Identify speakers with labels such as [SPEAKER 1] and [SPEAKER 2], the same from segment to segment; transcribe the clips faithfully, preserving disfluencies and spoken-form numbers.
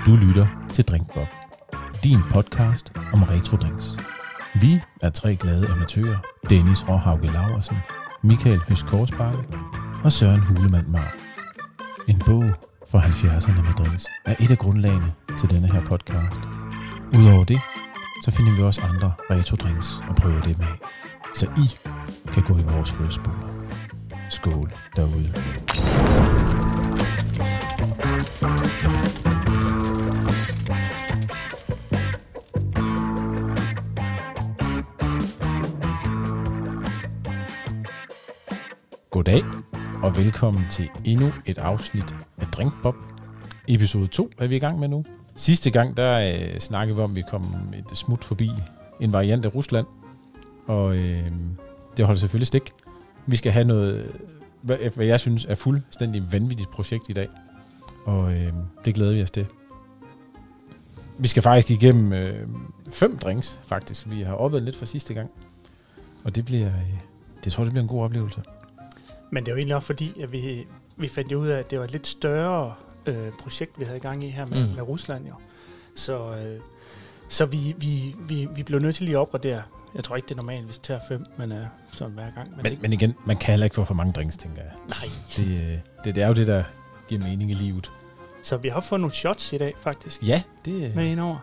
[SPEAKER 1] Du lytter til Drinkbob, din podcast om retrodrinks. Vi er tre glade amatører, Dennis Råhauke Laursen, Michael Høst Korsbakke og Søren Hulemand Mar. En bog fra halvfjerdserne med drinks er et af grundlagene til denne her podcast. Udover det, så finder vi også andre retrodrinks og prøver det med, så I kan gå i vores fodspor. Skål derude. Goddag og velkommen til endnu et afsnit af Drinkbob. Episode to er vi i gang med nu. Sidste gang der øh, snakkede vi om, at vi kom et smut forbi en variant af Rusland. Og øh, det holder selvfølgelig stik. Vi skal have noget, hvad jeg synes er fuldstændig vanvittigt projekt i dag. Og øh, det glæder vi os til. Vi skal faktisk igennem øh, fem drinks, faktisk. Vi har oplevet lidt fra sidste gang. Og det bliver, øh, det tror jeg, det bliver en god oplevelse.
[SPEAKER 2] Men det er jo egentlig også fordi, at vi, vi fandt ud af, at det var et lidt større øh, projekt, vi havde i gang i her med, mm. med Rusland. Jo. Så, øh, så vi, vi, vi, vi blev nødt til lige at opgradere. Jeg tror ikke, det er normalt, hvis vi tager fem, men øh, sådan hver gang. Men,
[SPEAKER 1] men, men igen, man kan heller ikke få for mange drinks, tænker jeg.
[SPEAKER 2] Nej.
[SPEAKER 1] Det, øh, det, det er jo det, der giver mening i livet.
[SPEAKER 2] Så vi har fået nogle shots i dag, faktisk.
[SPEAKER 1] Ja, det er...
[SPEAKER 2] Med indover.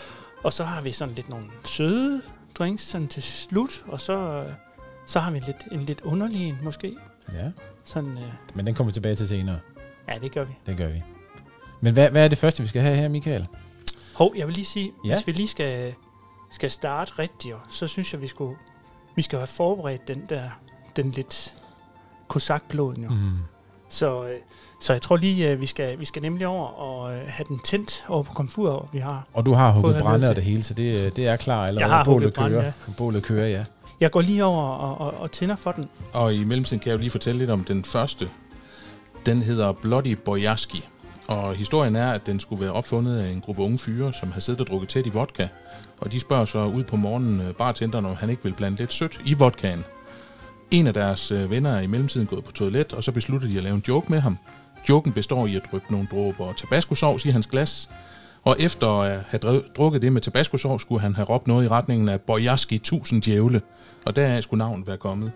[SPEAKER 2] Og så har vi sådan lidt nogle søde drinks sådan til slut, og så, øh, så har vi lidt, en lidt underlig en, måske.
[SPEAKER 1] Ja,
[SPEAKER 2] sådan, øh...
[SPEAKER 1] men den kommer vi tilbage til senere.
[SPEAKER 2] Ja, det gør vi.
[SPEAKER 1] Det gør vi. Men hvad, hvad er det første, vi skal have her, Michael?
[SPEAKER 2] Hov, jeg vil lige sige,
[SPEAKER 1] ja?
[SPEAKER 2] hvis vi lige skal, skal starte rigtigt, så synes jeg, vi skulle vi skal have forberedt den der, den lidt kosakbloden jo. Mm. Så, så jeg tror lige, vi skal, vi skal nemlig over og have den tændt over på komfuret, vi har.
[SPEAKER 1] Og du har hugget brænde og det hele, så det, det er klar allerede.
[SPEAKER 2] Jeg har hugget brænde, ja.
[SPEAKER 1] Bålet kører, ja.
[SPEAKER 2] Jeg går lige over og, og, og tænder for den.
[SPEAKER 3] Og i mellemtiden kan jeg jo lige fortælle lidt om den første. Den hedder Bloody Boyarsky. Og historien er, at den skulle være opfundet af en gruppe unge fyre, som havde siddet og drukket tæt i vodka. Og de spørger så ud på morgenen bartenderen, om han ikke vil blande lidt sødt i vodkaen. En af deres venner er i mellemtiden gået på toilet, og så beslutter de at lave en joke med ham. Joken består i at dryppe nogle dråber tabasco-sovs i hans glas. Og efter at have drukket det med tabasco-sovs, skulle han have råbt noget i retningen af Boyarsky tusind djævle. Og deraf skulle navnet være kommet.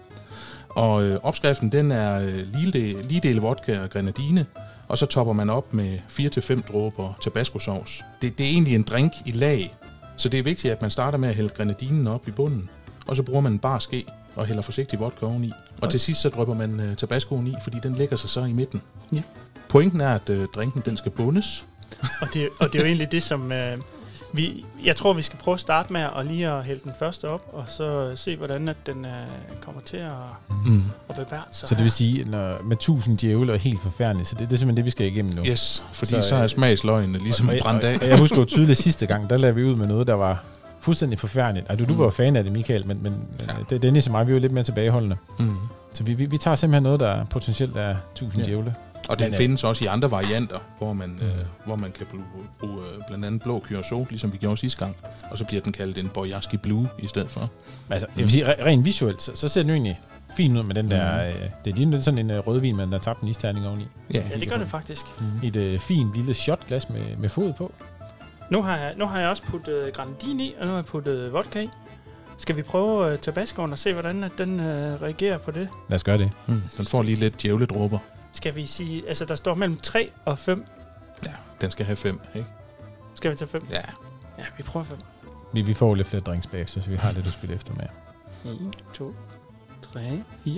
[SPEAKER 3] Og øh, opskriften, den er øh, lige, del, lige del vodka og grenadine, og så topper man op med fire til fem dråber tabasco-sovs. Det, det er egentlig en drink i lag, så det er vigtigt, at man starter med at hælde grenadinen op i bunden, og så bruger man en bar ske og hælder forsigtigt vodka oveni. Og okay. Til sidst så drypper man øh, tabascoen i, fordi den lægger sig så i midten. Ja. Pointen er, at øh, drinken den skal bundes.
[SPEAKER 2] og, det, og det er jo egentlig det, som... Øh Vi, jeg tror, vi skal prøve at starte med at lige at hælde den første op, og så se, hvordan at den uh, kommer til at, mm. at bebære sig.
[SPEAKER 1] Så det vil sige, når, med tusind djævle og helt forfærdeligt, så det, det er simpelthen det, vi skal igennem nu.
[SPEAKER 3] Yes, fordi så, så er smagsløgene ligesom
[SPEAKER 1] og,
[SPEAKER 3] brændt af.
[SPEAKER 1] Og jeg husker jo tydeligt sidste gang, der lavede vi ud med noget, der var fuldstændig forfærdeligt. Altså, du, du var fan af det, Michael, men, men ja. det, Dennis og mig, vi var lidt mere tilbageholdende. Mm. Så vi, vi, vi tager simpelthen noget, der potentielt er tusind ja. djævle.
[SPEAKER 3] Og den men, findes også i andre varianter, hvor man, mm. øh, hvor man kan bruge, bruge øh, blandt andet blå curacao, ligesom vi gjorde sidste gang. Og så bliver den kaldt en Boyarsky Blue i stedet for.
[SPEAKER 1] Altså, jeg vil sige, rent visuelt, så, så ser den jo egentlig fint ud med den der... Mm. Øh, det er lige sådan en øh, rødvin, man har tabt en isterning oveni.
[SPEAKER 2] Ja, ja det gør det faktisk.
[SPEAKER 1] Mm. I et øh, fint lille shotglas med, med fod på.
[SPEAKER 2] Nu har jeg, nu har jeg også puttet grenadine i, og nu har jeg puttet vodka i. Skal vi prøve uh, tabascoen og se, hvordan at den uh, reagerer på det?
[SPEAKER 1] Lad os gøre det.
[SPEAKER 3] Mm. Den får lige lidt djævledråber.
[SPEAKER 2] Skal vi sige, altså der står mellem tre og fem.
[SPEAKER 3] Ja, den skal have fem, ikke?
[SPEAKER 2] Skal vi tage fem?
[SPEAKER 3] Ja.
[SPEAKER 2] Ja, vi prøver fem.
[SPEAKER 1] Vi, vi får lidt flere drinks bagefter, så vi har det, du spiller efter med.
[SPEAKER 2] en, to, tre, fire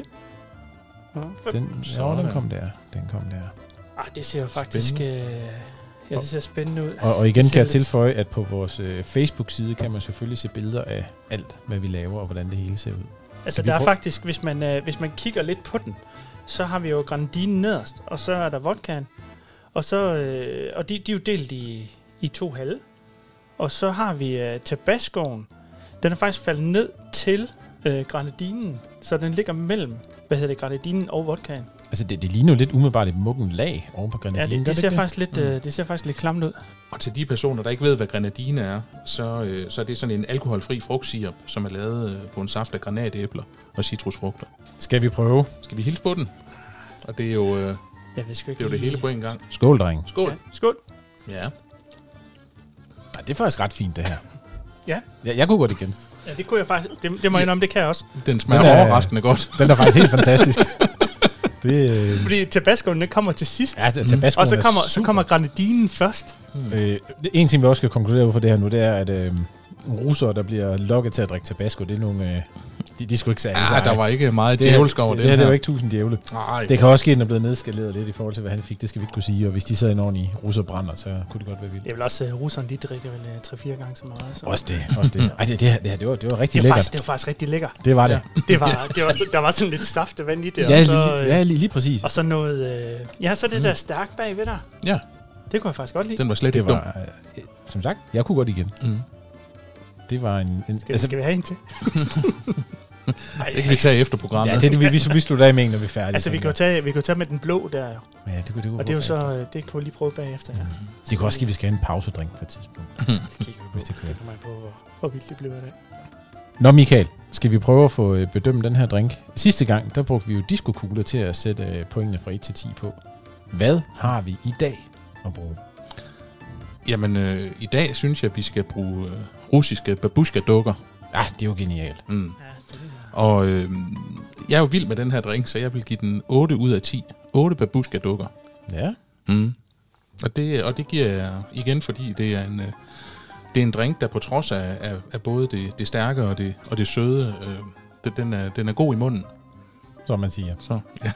[SPEAKER 2] og fem.
[SPEAKER 1] Den, ja, den kom der. Den kom der.
[SPEAKER 2] Ah, det ser jo faktisk... Øh, ja, det ser spændende ud.
[SPEAKER 1] Og, og igen kan jeg tilføje, at på vores øh, Facebook-side kan man selvfølgelig se billeder af alt, hvad vi laver, og hvordan det hele ser ud.
[SPEAKER 2] Altså, der er faktisk, hvis man, øh, hvis man kigger lidt på den, så har vi jo grenadinen nederst, og så er der vodkaen. Og, så, øh, og de, de er jo delt i, i to halve. Og så har vi øh, tabascoen. Den er faktisk faldet ned til øh, grenadinen, så den ligger mellem, hvad hedder det, grenadinen og vodkaen.
[SPEAKER 1] Altså, det, det ligner jo lidt umiddelbart et muggen lag over på grenadinen.
[SPEAKER 2] Ja, det, det, det, ser, faktisk lidt, mm. øh, det ser faktisk lidt klamt ud.
[SPEAKER 3] Og til de personer, der ikke ved, hvad grenadine er, så, øh, så er det sådan en alkoholfri frugtsirup, som er lavet øh, på en saft af granatæbler og citrusfrugter.
[SPEAKER 1] Skal vi prøve?
[SPEAKER 3] Skal vi hilse på den? Og det er jo, øh,
[SPEAKER 2] ja, vi skal
[SPEAKER 3] det, er jo det hele på en gang.
[SPEAKER 1] Skål, dreng.
[SPEAKER 3] Skål.
[SPEAKER 2] Ja. Skål.
[SPEAKER 3] Ja.
[SPEAKER 1] det er faktisk ret fint, det her.
[SPEAKER 2] Ja.
[SPEAKER 1] Jeg, jeg kunne godt igen.
[SPEAKER 2] Ja, det kunne jeg faktisk. Det, det må jeg indrømme, det kan jeg også.
[SPEAKER 3] Den smager
[SPEAKER 1] Den er-
[SPEAKER 3] overraskende godt.
[SPEAKER 1] Den er faktisk helt fantastisk. Det, øh,
[SPEAKER 2] Fordi tabascoen, den kommer til sidst.
[SPEAKER 1] ja, tabascoen
[SPEAKER 2] Og så
[SPEAKER 1] er
[SPEAKER 2] kommer, så
[SPEAKER 1] super.
[SPEAKER 2] kommer granadinen først.
[SPEAKER 1] Øh, en ting, vi også skal konkludere ud fra det her nu, det er, at øh, russere, der bliver lokket til at drikke tabasco, det er nogle... Øh, de, de skulle ikke særlig
[SPEAKER 3] Ja,
[SPEAKER 1] seje.
[SPEAKER 3] der var ikke meget
[SPEAKER 1] det,
[SPEAKER 3] djævelsk over
[SPEAKER 1] det,
[SPEAKER 3] det,
[SPEAKER 1] det her.
[SPEAKER 3] her.
[SPEAKER 1] Det er jo ikke tusind djævle.
[SPEAKER 3] Nej.
[SPEAKER 1] Det kan også ske, at den er blevet nedskaleret lidt i forhold til, hvad han fik. Det skal vi ikke kunne sige. Og hvis de sad en ordentlig russerbrænder, så kunne det godt være vildt.
[SPEAKER 2] Det er vel også, uh, russerne, de drikker vel uh, tre fire gange så meget. Så.
[SPEAKER 1] Også det. Også det. Ej, det, det, her, det, her, det, var, det var rigtig
[SPEAKER 2] Det var,
[SPEAKER 1] lækkert.
[SPEAKER 2] faktisk, det var faktisk rigtig lækker.
[SPEAKER 1] Det var det.
[SPEAKER 2] Det var, det var, der var sådan lidt saftevand i det.
[SPEAKER 1] Ja,
[SPEAKER 2] og så,
[SPEAKER 1] lige,
[SPEAKER 2] øh,
[SPEAKER 1] ja lige, lige præcis.
[SPEAKER 2] Og så noget... Øh, ja, så det der stærk bagved der.
[SPEAKER 3] Ja,
[SPEAKER 2] Det kunne jeg faktisk godt lide.
[SPEAKER 3] den var slet
[SPEAKER 1] Det
[SPEAKER 3] ikke dum.
[SPEAKER 1] var, øh, som sagt, jeg kunne godt igen.
[SPEAKER 3] Mm.
[SPEAKER 1] Det var en... en
[SPEAKER 2] Skal, skal vi have en til?
[SPEAKER 3] Det kan vi tage efter programmet.
[SPEAKER 1] ja, det, det vi, vi, vi slutter af med en, når vi er færdige.
[SPEAKER 2] Altså, vi kan,
[SPEAKER 1] tænker
[SPEAKER 2] jo tage, vi kan jo tage med den blå der. Jo.
[SPEAKER 1] jeg. Ja, det kunne, det kunne
[SPEAKER 2] Og det er jo
[SPEAKER 1] godt
[SPEAKER 2] så...
[SPEAKER 1] være.
[SPEAKER 2] øh, Det kan vi lige prøve bagefter. Ja.
[SPEAKER 1] Det kunne også ske, at vi skal have en pausedrink på et tidspunkt.
[SPEAKER 2] Kigger vi på.
[SPEAKER 1] Hvis det kan være.
[SPEAKER 2] Det kommer an på, hvor, hvor vildt det bliver i dag.
[SPEAKER 1] Nå Michael, skal vi prøve at få øh, bedømme den her drink? Sidste gang, der brugte vi jo diskokugler til at sætte øh, pointene fra et til ti på. Hvad har vi i dag at bruge?
[SPEAKER 3] Jamen, øh, i dag synes jeg, at vi skal bruge øh, russiske babushka-dukker.
[SPEAKER 1] Ah, det er jo genialt.
[SPEAKER 3] Mm.
[SPEAKER 2] Ja, det er
[SPEAKER 3] Og øh, jeg er jo vild med den her drink, så jeg vil give den otte ud af ti. otte babushka-dukker.
[SPEAKER 1] Ja.
[SPEAKER 3] Mm. Og, det, og det giver jeg igen, fordi det er en, øh, det er en drink, der på trods af, af, af både det, det stærke og det, og det søde, øh, det, den, er, den er god i munden.
[SPEAKER 1] Som man siger.
[SPEAKER 3] Så, ja.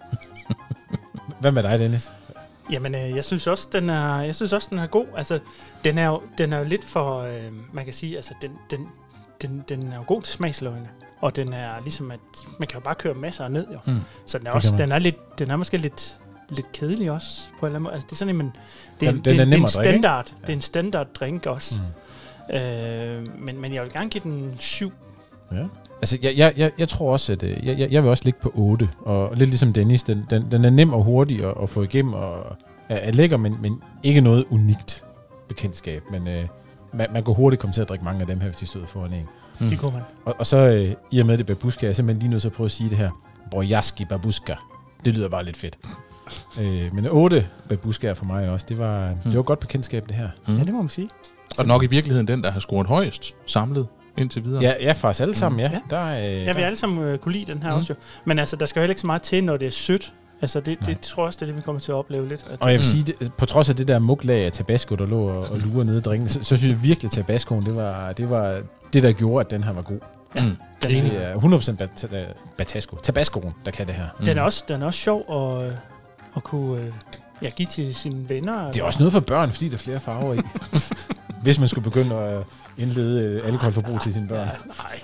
[SPEAKER 1] Hvad med dig, Dennis?
[SPEAKER 2] Jamen, øh, jeg synes også, den er, jeg synes også, den er god. Altså, den er jo, den er jo lidt for, øh, man kan sige, altså, den, den, den, den er jo god til smagsløgene. Og den er ligesom, at man kan jo bare køre masser ned, jo.
[SPEAKER 3] Mm.
[SPEAKER 2] Så den er,
[SPEAKER 1] Det
[SPEAKER 2] også,
[SPEAKER 1] kan man.
[SPEAKER 2] den er, lidt, den er måske lidt, lidt kedelig også, på en eller anden måde. Altså, det er sådan, men det er,
[SPEAKER 1] Den-
[SPEAKER 2] en-
[SPEAKER 1] den
[SPEAKER 2] det,
[SPEAKER 1] er
[SPEAKER 2] er
[SPEAKER 1] nem
[SPEAKER 2] en
[SPEAKER 1] at drikke, ikke?
[SPEAKER 2] standard, det er en standard drink også.
[SPEAKER 1] Mm.
[SPEAKER 2] Øh, men, men jeg vil gerne give den syv.
[SPEAKER 1] Ja. Altså, jeg, jeg, jeg, jeg tror også, at øh, jeg, jeg, jeg vil også ligge på otte. Og lidt ligesom Dennis, den, den, den er nem og hurtig at, at få igennem, og er, er lækker, men, men ikke noget unikt bekendtskab. Men øh, man, man kunne hurtigt komme til at drikke mange af dem her, hvis de stod foran en.
[SPEAKER 2] Mm. Det kunne man.
[SPEAKER 1] Og, og så øh, i og med det babushka, er jeg simpelthen lige nødt til at prøve at sige det her. Boyaski babushka. Det lyder bare lidt fedt. øh, men otte babushkaer for mig også. Det var, mm. det var godt bekendtskab, det her.
[SPEAKER 3] Mm.
[SPEAKER 2] Ja, det må man sige.
[SPEAKER 3] Og nok i virkeligheden den, der har scoret højst samlet indtil videre.
[SPEAKER 1] Ja, ja, for os alle sammen, ja.
[SPEAKER 2] Ja.
[SPEAKER 1] Der, øh,
[SPEAKER 2] Ja, vi
[SPEAKER 1] der,
[SPEAKER 2] alle sammen øh, kunne lide den her
[SPEAKER 3] Mm.
[SPEAKER 2] også jo. Men altså, der skal jo heller ikke så meget til, når det er sødt. Altså, det,
[SPEAKER 1] Nej.
[SPEAKER 2] det tror jeg også, det er det, vi kommer til at opleve lidt. At,
[SPEAKER 1] Og jeg vil
[SPEAKER 3] Mm.
[SPEAKER 1] sige, det, på trods af det der muglag af tabasco, der lå og, og lurer nede i drinken, så, så synes jeg virkelig, at tabascoen, det var, det var det, der gjorde, at den her var god.
[SPEAKER 2] Ja.
[SPEAKER 3] Mm.
[SPEAKER 2] Den
[SPEAKER 3] Enig.
[SPEAKER 1] Det er hundrede procent bat, øh, batasco. Tabascoen, der kan det her.
[SPEAKER 3] Mm.
[SPEAKER 2] den, er også, den er også sjov at, øh, at kunne øh, ja, give til sine venner.
[SPEAKER 1] Det er også noget for børn, fordi der er flere farver i. Hvis man skulle begynde at indlede øh, alkoholforbrug til sine børn.
[SPEAKER 2] Ja, nej.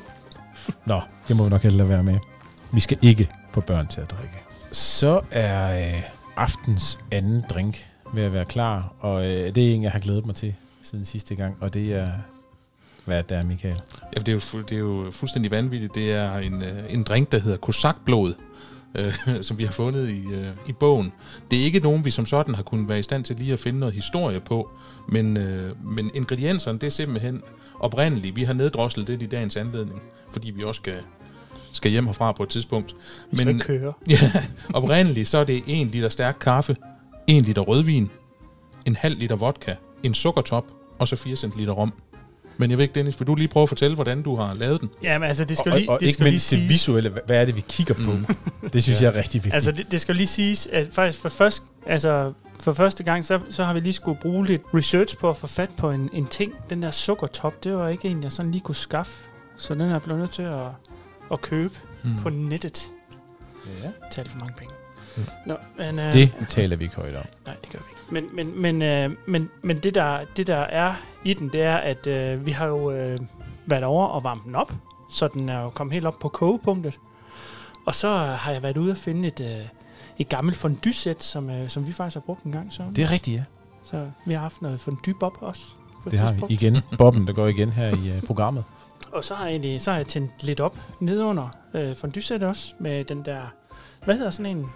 [SPEAKER 1] Nå, det må vi nok hellere være med. Vi skal ikke få børn til at drikke. Så er øh, aftens anden drink ved at være klar, og øh, det er en, jeg har glædet mig til siden sidste gang, og det er, hvad det er, Michael?
[SPEAKER 3] Ja, det er, jo, fu- det er jo fuldstændig vanvittigt. Det er en, øh, en drink, der hedder kosakblod, øh, som vi har fundet i, øh, i bogen. Det er ikke nogen, vi som sådan har kunnet være i stand til lige at finde noget historie på, men, øh, men ingredienserne, det er simpelthen oprindeligt. Vi har neddroslet det i dagens anledning, fordi vi også skal, skal hjem herfra på et tidspunkt.
[SPEAKER 2] Vi skal
[SPEAKER 3] Men
[SPEAKER 2] ikke køre.
[SPEAKER 3] ja, oprindeligt, så er det en liter stærk kaffe, en liter rødvin, en halv liter vodka, en sukkertop og så fire centiliter rom. Men jeg ved ikke, Dennis, vil du lige prøve at fortælle, hvordan du har lavet den?
[SPEAKER 2] Ja, men altså, det skal
[SPEAKER 1] og,
[SPEAKER 2] lige,
[SPEAKER 1] og
[SPEAKER 2] det
[SPEAKER 1] ikke
[SPEAKER 2] skal lige
[SPEAKER 1] mindst det
[SPEAKER 2] sige,
[SPEAKER 1] visuelle, hvad- hvad er det, vi kigger på?
[SPEAKER 3] Mm.
[SPEAKER 1] Det synes
[SPEAKER 3] Ja.
[SPEAKER 1] jeg er rigtig vigtigt.
[SPEAKER 2] altså, det, det skal lige siges, at faktisk for, først, altså, for første gang, så, så har vi lige skulle bruge lidt research på at få fat på en, en ting. Den der sukkertop, det var ikke en, jeg sådan lige kunne skaffe. Så den er blevet nødt til at, at købe
[SPEAKER 3] Mm.
[SPEAKER 2] på nettet.
[SPEAKER 1] ja.
[SPEAKER 2] Til alt for mange penge.
[SPEAKER 1] Mm.
[SPEAKER 2] Nå, men, øh,
[SPEAKER 1] Det taler vi ikke højt om.
[SPEAKER 2] Nej, det gør vi ikke. Men, men, men, øh, men, men det, der, det, der er i den, det er, at øh, vi har jo øh, været over og varmet den op, så den er jo kommet helt op på kogepunktet. Og så har jeg været ude og finde et, øh, et gammelt fondue-sæt, som, øh, som vi faktisk har brugt en gang. Så,
[SPEAKER 1] Det er rigtigt, ja.
[SPEAKER 2] så vi har haft noget fondue-bob også. På et
[SPEAKER 1] Det har vi
[SPEAKER 2] tidspunkt.
[SPEAKER 1] igen. Bobben, der går igen her i uh, programmet.
[SPEAKER 2] Og så har jeg, egentlig, så har jeg tændt lidt op nedunder øh, fondue-sæt også, med den der, hvad hedder sådan en?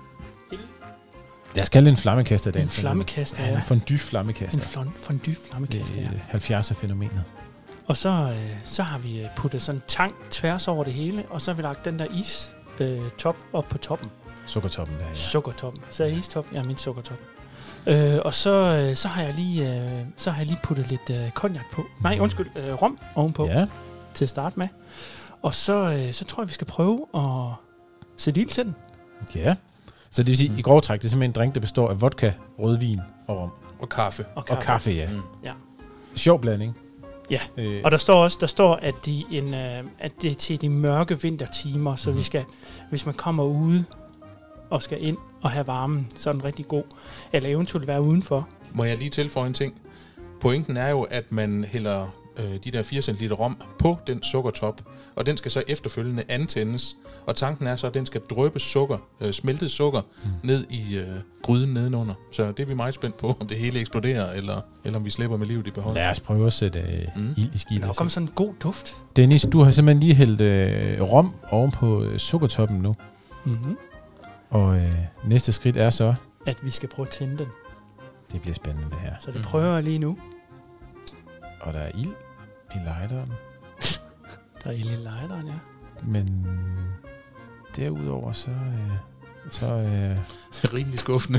[SPEAKER 1] Lad os kalde det en flammekaster i dag.
[SPEAKER 2] En flammekaster,
[SPEAKER 1] Ja,
[SPEAKER 2] ja.
[SPEAKER 1] en fondue-flammekaster.
[SPEAKER 2] En flon- fondue-flammekaster,
[SPEAKER 1] Det
[SPEAKER 2] ja.
[SPEAKER 1] er halvfjerdser-fænomenet.
[SPEAKER 2] Og så, øh, så har vi øh, puttet sådan en tang tværs over det hele, og så har vi lagt den der is øh, top op på toppen.
[SPEAKER 1] Sukkertoppen der, ja.
[SPEAKER 2] Sukkertoppen. Så er istop? Ja, min sukkertop. Øh, og så, øh, så, har jeg lige, øh, så har jeg lige puttet lidt øh, cognac på. Nej, undskyld, øh, rom ovenpå
[SPEAKER 1] Ja.
[SPEAKER 2] til at starte med. Og så, øh, så tror jeg, vi skal prøve at sætte ild til den.
[SPEAKER 1] Ja. Så det vil sige, mm. i grov træk, det er simpelthen en drink, der består af vodka, rødvin og rom.
[SPEAKER 3] Og kaffe.
[SPEAKER 2] Og kaffe.
[SPEAKER 1] Og kaffe, ja.
[SPEAKER 3] Mm.
[SPEAKER 2] Ja.
[SPEAKER 1] Sjov blanding.
[SPEAKER 2] Ja.
[SPEAKER 1] Øh,
[SPEAKER 2] Og der står også, der står, at, de en, øh, at det er til de mørke vintertimer, så mm. vi skal, hvis man kommer ude og skal ind og have varmen, så er den rigtig god. Eller eventuelt være udenfor.
[SPEAKER 3] Må jeg lige tilføje en ting? Pointen er jo, at man hælder øh, de der fire centiliter rom på den sukkertop, og den skal så efterfølgende antændes. Og tanken er så, at den skal dryppe sukker, øh, smeltet sukker, mm. ned i øh, gryden nedenunder. Så det er vi meget spændt på, om det hele eksploderer, eller, eller om vi slipper med livet i behold.
[SPEAKER 1] lad os prøve at sætte øh, mm. ild i skidtet.
[SPEAKER 2] Der kommer sådan en god duft.
[SPEAKER 1] Dennis, du har simpelthen lige hældt øh, rom oven på øh, sukkertoppen nu.
[SPEAKER 2] Mm-hmm.
[SPEAKER 1] Og øh, næste skridt er så...
[SPEAKER 2] At vi skal prøve at tænde den.
[SPEAKER 1] Det bliver spændende, det her.
[SPEAKER 2] Så det prøver jeg lige nu.
[SPEAKER 1] Og der er ild i lighteren.
[SPEAKER 2] Der er ild i lighteren, ja.
[SPEAKER 1] Men derudover så... Øh, så øh,
[SPEAKER 3] Det er rimelig skuffende.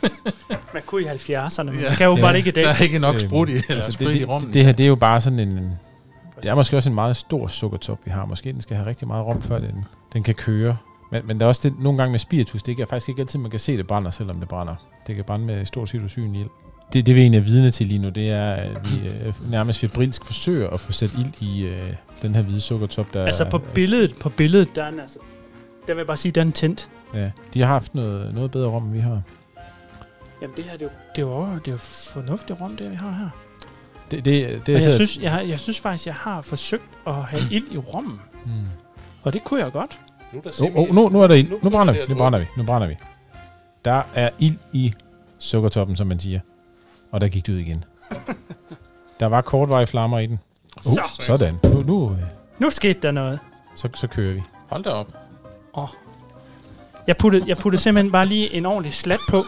[SPEAKER 2] Man kunne i halvfjerdserne, men
[SPEAKER 3] Ja.
[SPEAKER 2] man kan jo
[SPEAKER 1] Ja.
[SPEAKER 2] bare ikke i dag.
[SPEAKER 3] Der er ikke nok
[SPEAKER 1] Øhm,
[SPEAKER 3] sprudt i, eller
[SPEAKER 1] altså,
[SPEAKER 3] sprit
[SPEAKER 1] det,
[SPEAKER 3] i rommen.
[SPEAKER 1] det, det her, det er jo bare sådan en... en det er måske også en meget stor sukkertop, vi har. Måske den skal have rigtig meget rom, før den, den kan køre. Men, men der er også det, nogle gange med spiritus, det er faktisk ikke altid, man kan se, det brænder, selvom det brænder. Det kan brænde med stort set usynlig ild. Det, det vi egentlig er vidne til lige nu, det er, at vi øh, nærmest febrilsk forsøger at få sat ild i øh, den her hvide sukkertop. Der
[SPEAKER 2] Altså på
[SPEAKER 1] er,
[SPEAKER 2] billedet, på billedet, der er den altså... Der vil jeg bare sige, der er den tændt.
[SPEAKER 1] Ja, de har haft noget, noget bedre rom, end vi har.
[SPEAKER 2] Jamen det her, det er jo, det er jo, det er jo fornuftigt rum, det vi har her.
[SPEAKER 1] Det, det, det
[SPEAKER 2] Og
[SPEAKER 1] er
[SPEAKER 2] jeg synes, jeg, har- jeg synes faktisk, jeg har forsøgt at have ild i rummen.
[SPEAKER 1] Hmm.
[SPEAKER 2] Og det kunne jeg godt.
[SPEAKER 3] Nu, er der
[SPEAKER 1] Oh,
[SPEAKER 3] simpelthen-
[SPEAKER 1] oh, nu, nu er der ild.
[SPEAKER 3] Nu
[SPEAKER 1] Nu brænder vi.
[SPEAKER 3] begynder det
[SPEAKER 1] Nu
[SPEAKER 3] at
[SPEAKER 1] brænder vi. Nu brænder vi. Der er ild i sukkertoppen, som man siger. Og der gik det ud igen. Der var kortvarige flammer i den. Uh,
[SPEAKER 2] Så.
[SPEAKER 1] sådan. Nu, nu, øh,
[SPEAKER 2] Nu skete der noget.
[SPEAKER 1] så, så kører vi.
[SPEAKER 3] Hold da op.
[SPEAKER 2] Åh. Jeg puttede, jeg puttede simpelthen bare lige en ordentlig slat på.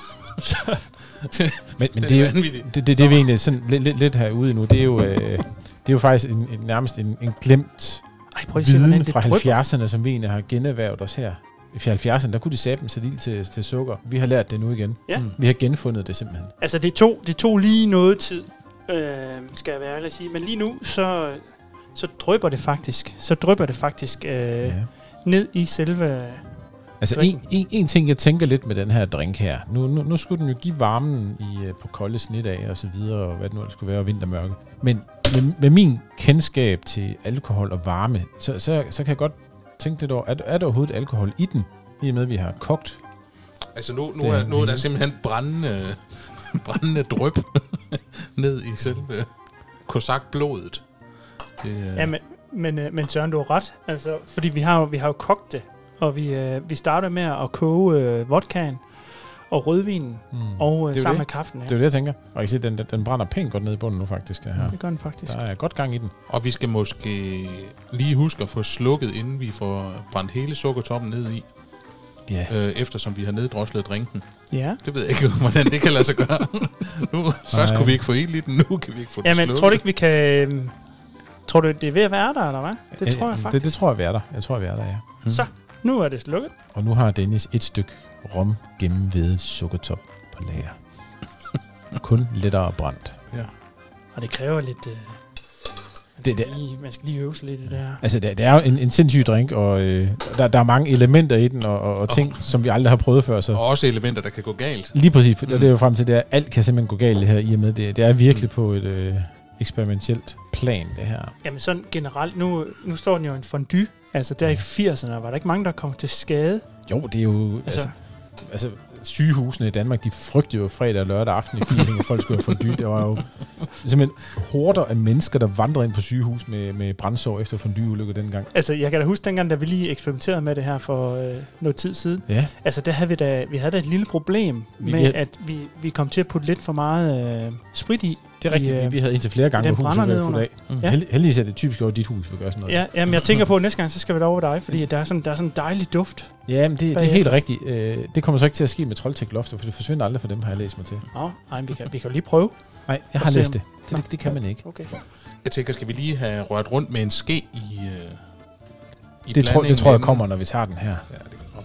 [SPEAKER 1] Men, men
[SPEAKER 3] Det er
[SPEAKER 1] det, er jo,
[SPEAKER 3] vanvittigt.
[SPEAKER 1] det, det, det er vi egentlig sådan lidt, lidt, lidt herude nu. Det er jo, øh, det er jo faktisk en, en, nærmest en, en glemt
[SPEAKER 2] Ej, prøv lige at se, hvordan
[SPEAKER 1] viden
[SPEAKER 2] det
[SPEAKER 1] fra
[SPEAKER 2] drypper.
[SPEAKER 1] halvfjerdserne, som vi egentlig har generhvervet os her. I halvfjerdserne, der kunne de sætte sætte ild til, til sukker. Vi har lært det nu igen.
[SPEAKER 2] Ja.
[SPEAKER 3] Mm.
[SPEAKER 1] Vi har genfundet det simpelthen.
[SPEAKER 2] Altså, det tog, det tog lige noget tid, øh, skal jeg være ærlig at sige. Men lige nu, så, så drypper det faktisk. Så drypper det faktisk øh,
[SPEAKER 1] Ja.
[SPEAKER 2] ned i selve...
[SPEAKER 1] Altså en,
[SPEAKER 2] Drinken.
[SPEAKER 1] en, en ting, jeg tænker lidt med den her drink her. Nu, nu, nu skulle den jo give varmen i, uh, på kolde snitdage og så videre, og hvad det nu ellers skulle være, og vintermørke. Men med, med min kendskab til alkohol og varme, så, så, så kan jeg godt tænke lidt over, er, er der overhovedet alkohol i den, i og med, at vi har kogt?
[SPEAKER 3] Altså nu, nu,
[SPEAKER 1] Det er
[SPEAKER 3] er, nu er der
[SPEAKER 1] lille.
[SPEAKER 3] simpelthen brændende, brændende dryp ned i selve kosakblodet. Det, øh,
[SPEAKER 2] Ja, men, men, øh, men Søren, du har ret. Altså, fordi vi har jo, vi har jo kogt det, og vi, øh, vi starter med at koge øh, vodkaen og rødvinen,
[SPEAKER 1] Mm.
[SPEAKER 2] og øh,
[SPEAKER 1] Det er jo
[SPEAKER 2] sammen
[SPEAKER 1] det.
[SPEAKER 2] med kaffen. Ja.
[SPEAKER 1] Det er jo det, jeg tænker. Og jeg kan se, den, den, den brænder pænt godt ned i bunden nu faktisk. Det, her.
[SPEAKER 2] Det gør den faktisk.
[SPEAKER 1] Der er godt gang i den.
[SPEAKER 3] Og vi skal måske lige huske at få slukket, inden vi får brændt hele sukkertoppen ned i,
[SPEAKER 1] Ja.
[SPEAKER 3] øh, eftersom vi har neddroslet drinken.
[SPEAKER 2] Ja.
[SPEAKER 3] Det ved jeg ikke, hvordan det kan lade sig gøre. Nu, først kunne vi ikke få ild i den, nu kan vi ikke få den
[SPEAKER 2] Jamen,
[SPEAKER 3] slukket.
[SPEAKER 2] tror du ikke, vi kan... Øh, tror du, det er ved at være der, eller hvad? Det
[SPEAKER 1] Øh,
[SPEAKER 2] tror jeg
[SPEAKER 1] det,
[SPEAKER 2] faktisk.
[SPEAKER 1] det tror jeg, vi er der. Jeg tror, vi er der, ja.
[SPEAKER 3] Mm.
[SPEAKER 2] Så, nu er det slukket.
[SPEAKER 1] Og nu har Dennis et stykke rom gennemvædet sukkertop på lager. Kun lettere brændt.
[SPEAKER 3] Ja.
[SPEAKER 2] Og det kræver lidt... Øh, man,
[SPEAKER 1] Det-
[SPEAKER 2] skal
[SPEAKER 1] det-
[SPEAKER 2] lige, man skal lige øve sig lidt i det her.
[SPEAKER 1] Altså, det, det er jo en, en sindssyg drink, og øh, der, der er mange elementer i den, og, og, og ting, oh. som vi aldrig har prøvet før. Så
[SPEAKER 3] Og også elementer, der kan gå galt.
[SPEAKER 1] lige præcis, for
[SPEAKER 3] Mm.
[SPEAKER 1] det er jo frem til det, at alt kan simpelthen gå galt det her, i og med det. Det er virkelig på et øh, eksperimentelt plan, det her.
[SPEAKER 2] Jamen sådan generelt, nu, nu står den jo en fondue. Altså der i firserne, var der ikke mange, der kom til skade?
[SPEAKER 1] Jo, det er jo... Altså,
[SPEAKER 2] Altså,
[SPEAKER 1] altså, altså sygehusene i Danmark, de frygtede jo fredag og lørdag aften i firserne, hvor folk skulle have fondue. Det var jo simpelthen horder af mennesker, der vandrede ind på sygehus med, med brændsår efter fondue-ulykker dengang.
[SPEAKER 2] altså, jeg kan da huske dengang, da vi lige eksperimenterede med det her for øh, noget tid siden.
[SPEAKER 1] Ja,
[SPEAKER 2] Altså, der havde vi da, vi havde da et lille problem
[SPEAKER 1] Vi
[SPEAKER 2] med,
[SPEAKER 1] havde-
[SPEAKER 2] at vi, vi kom til at putte lidt for meget øh, sprit i.
[SPEAKER 1] det er rigtigt.
[SPEAKER 2] I,
[SPEAKER 1] Vi,
[SPEAKER 2] øh,
[SPEAKER 1] vi havde indtil flere gange,
[SPEAKER 2] den
[SPEAKER 1] hvor huset
[SPEAKER 2] brænder
[SPEAKER 1] var fuldt af.
[SPEAKER 3] Mm.
[SPEAKER 2] Ja.
[SPEAKER 1] Held, heldigvis er det typisk over dit hus, vi gør sådan noget.
[SPEAKER 2] Ja, jamen, jeg tænker på, at næste gang, så skal vi da over dig, fordi der er sådan, der er sådan en dejlig duft.
[SPEAKER 1] Ja, men det, det er
[SPEAKER 2] Bagefter.
[SPEAKER 1] helt rigtigt. Øh, det kommer så ikke til at ske med Trolltech-lofter, for det forsvinder aldrig for dem, har jeg læst mig til.
[SPEAKER 2] Nå, ej, vi kan, vi kan jo lige prøve.
[SPEAKER 1] Nej, jeg
[SPEAKER 2] Og
[SPEAKER 1] har
[SPEAKER 2] se
[SPEAKER 1] læst
[SPEAKER 2] om-
[SPEAKER 1] det. Det, det. Det kan man ikke.
[SPEAKER 2] Okay.
[SPEAKER 3] Jeg tænker, skal vi lige have rørt rundt med en ske i, øh, i
[SPEAKER 1] Det tror, det
[SPEAKER 3] blandingen
[SPEAKER 1] tror jeg
[SPEAKER 3] inden?
[SPEAKER 1] kommer, når vi tager den her.
[SPEAKER 3] Ja, det kan komme.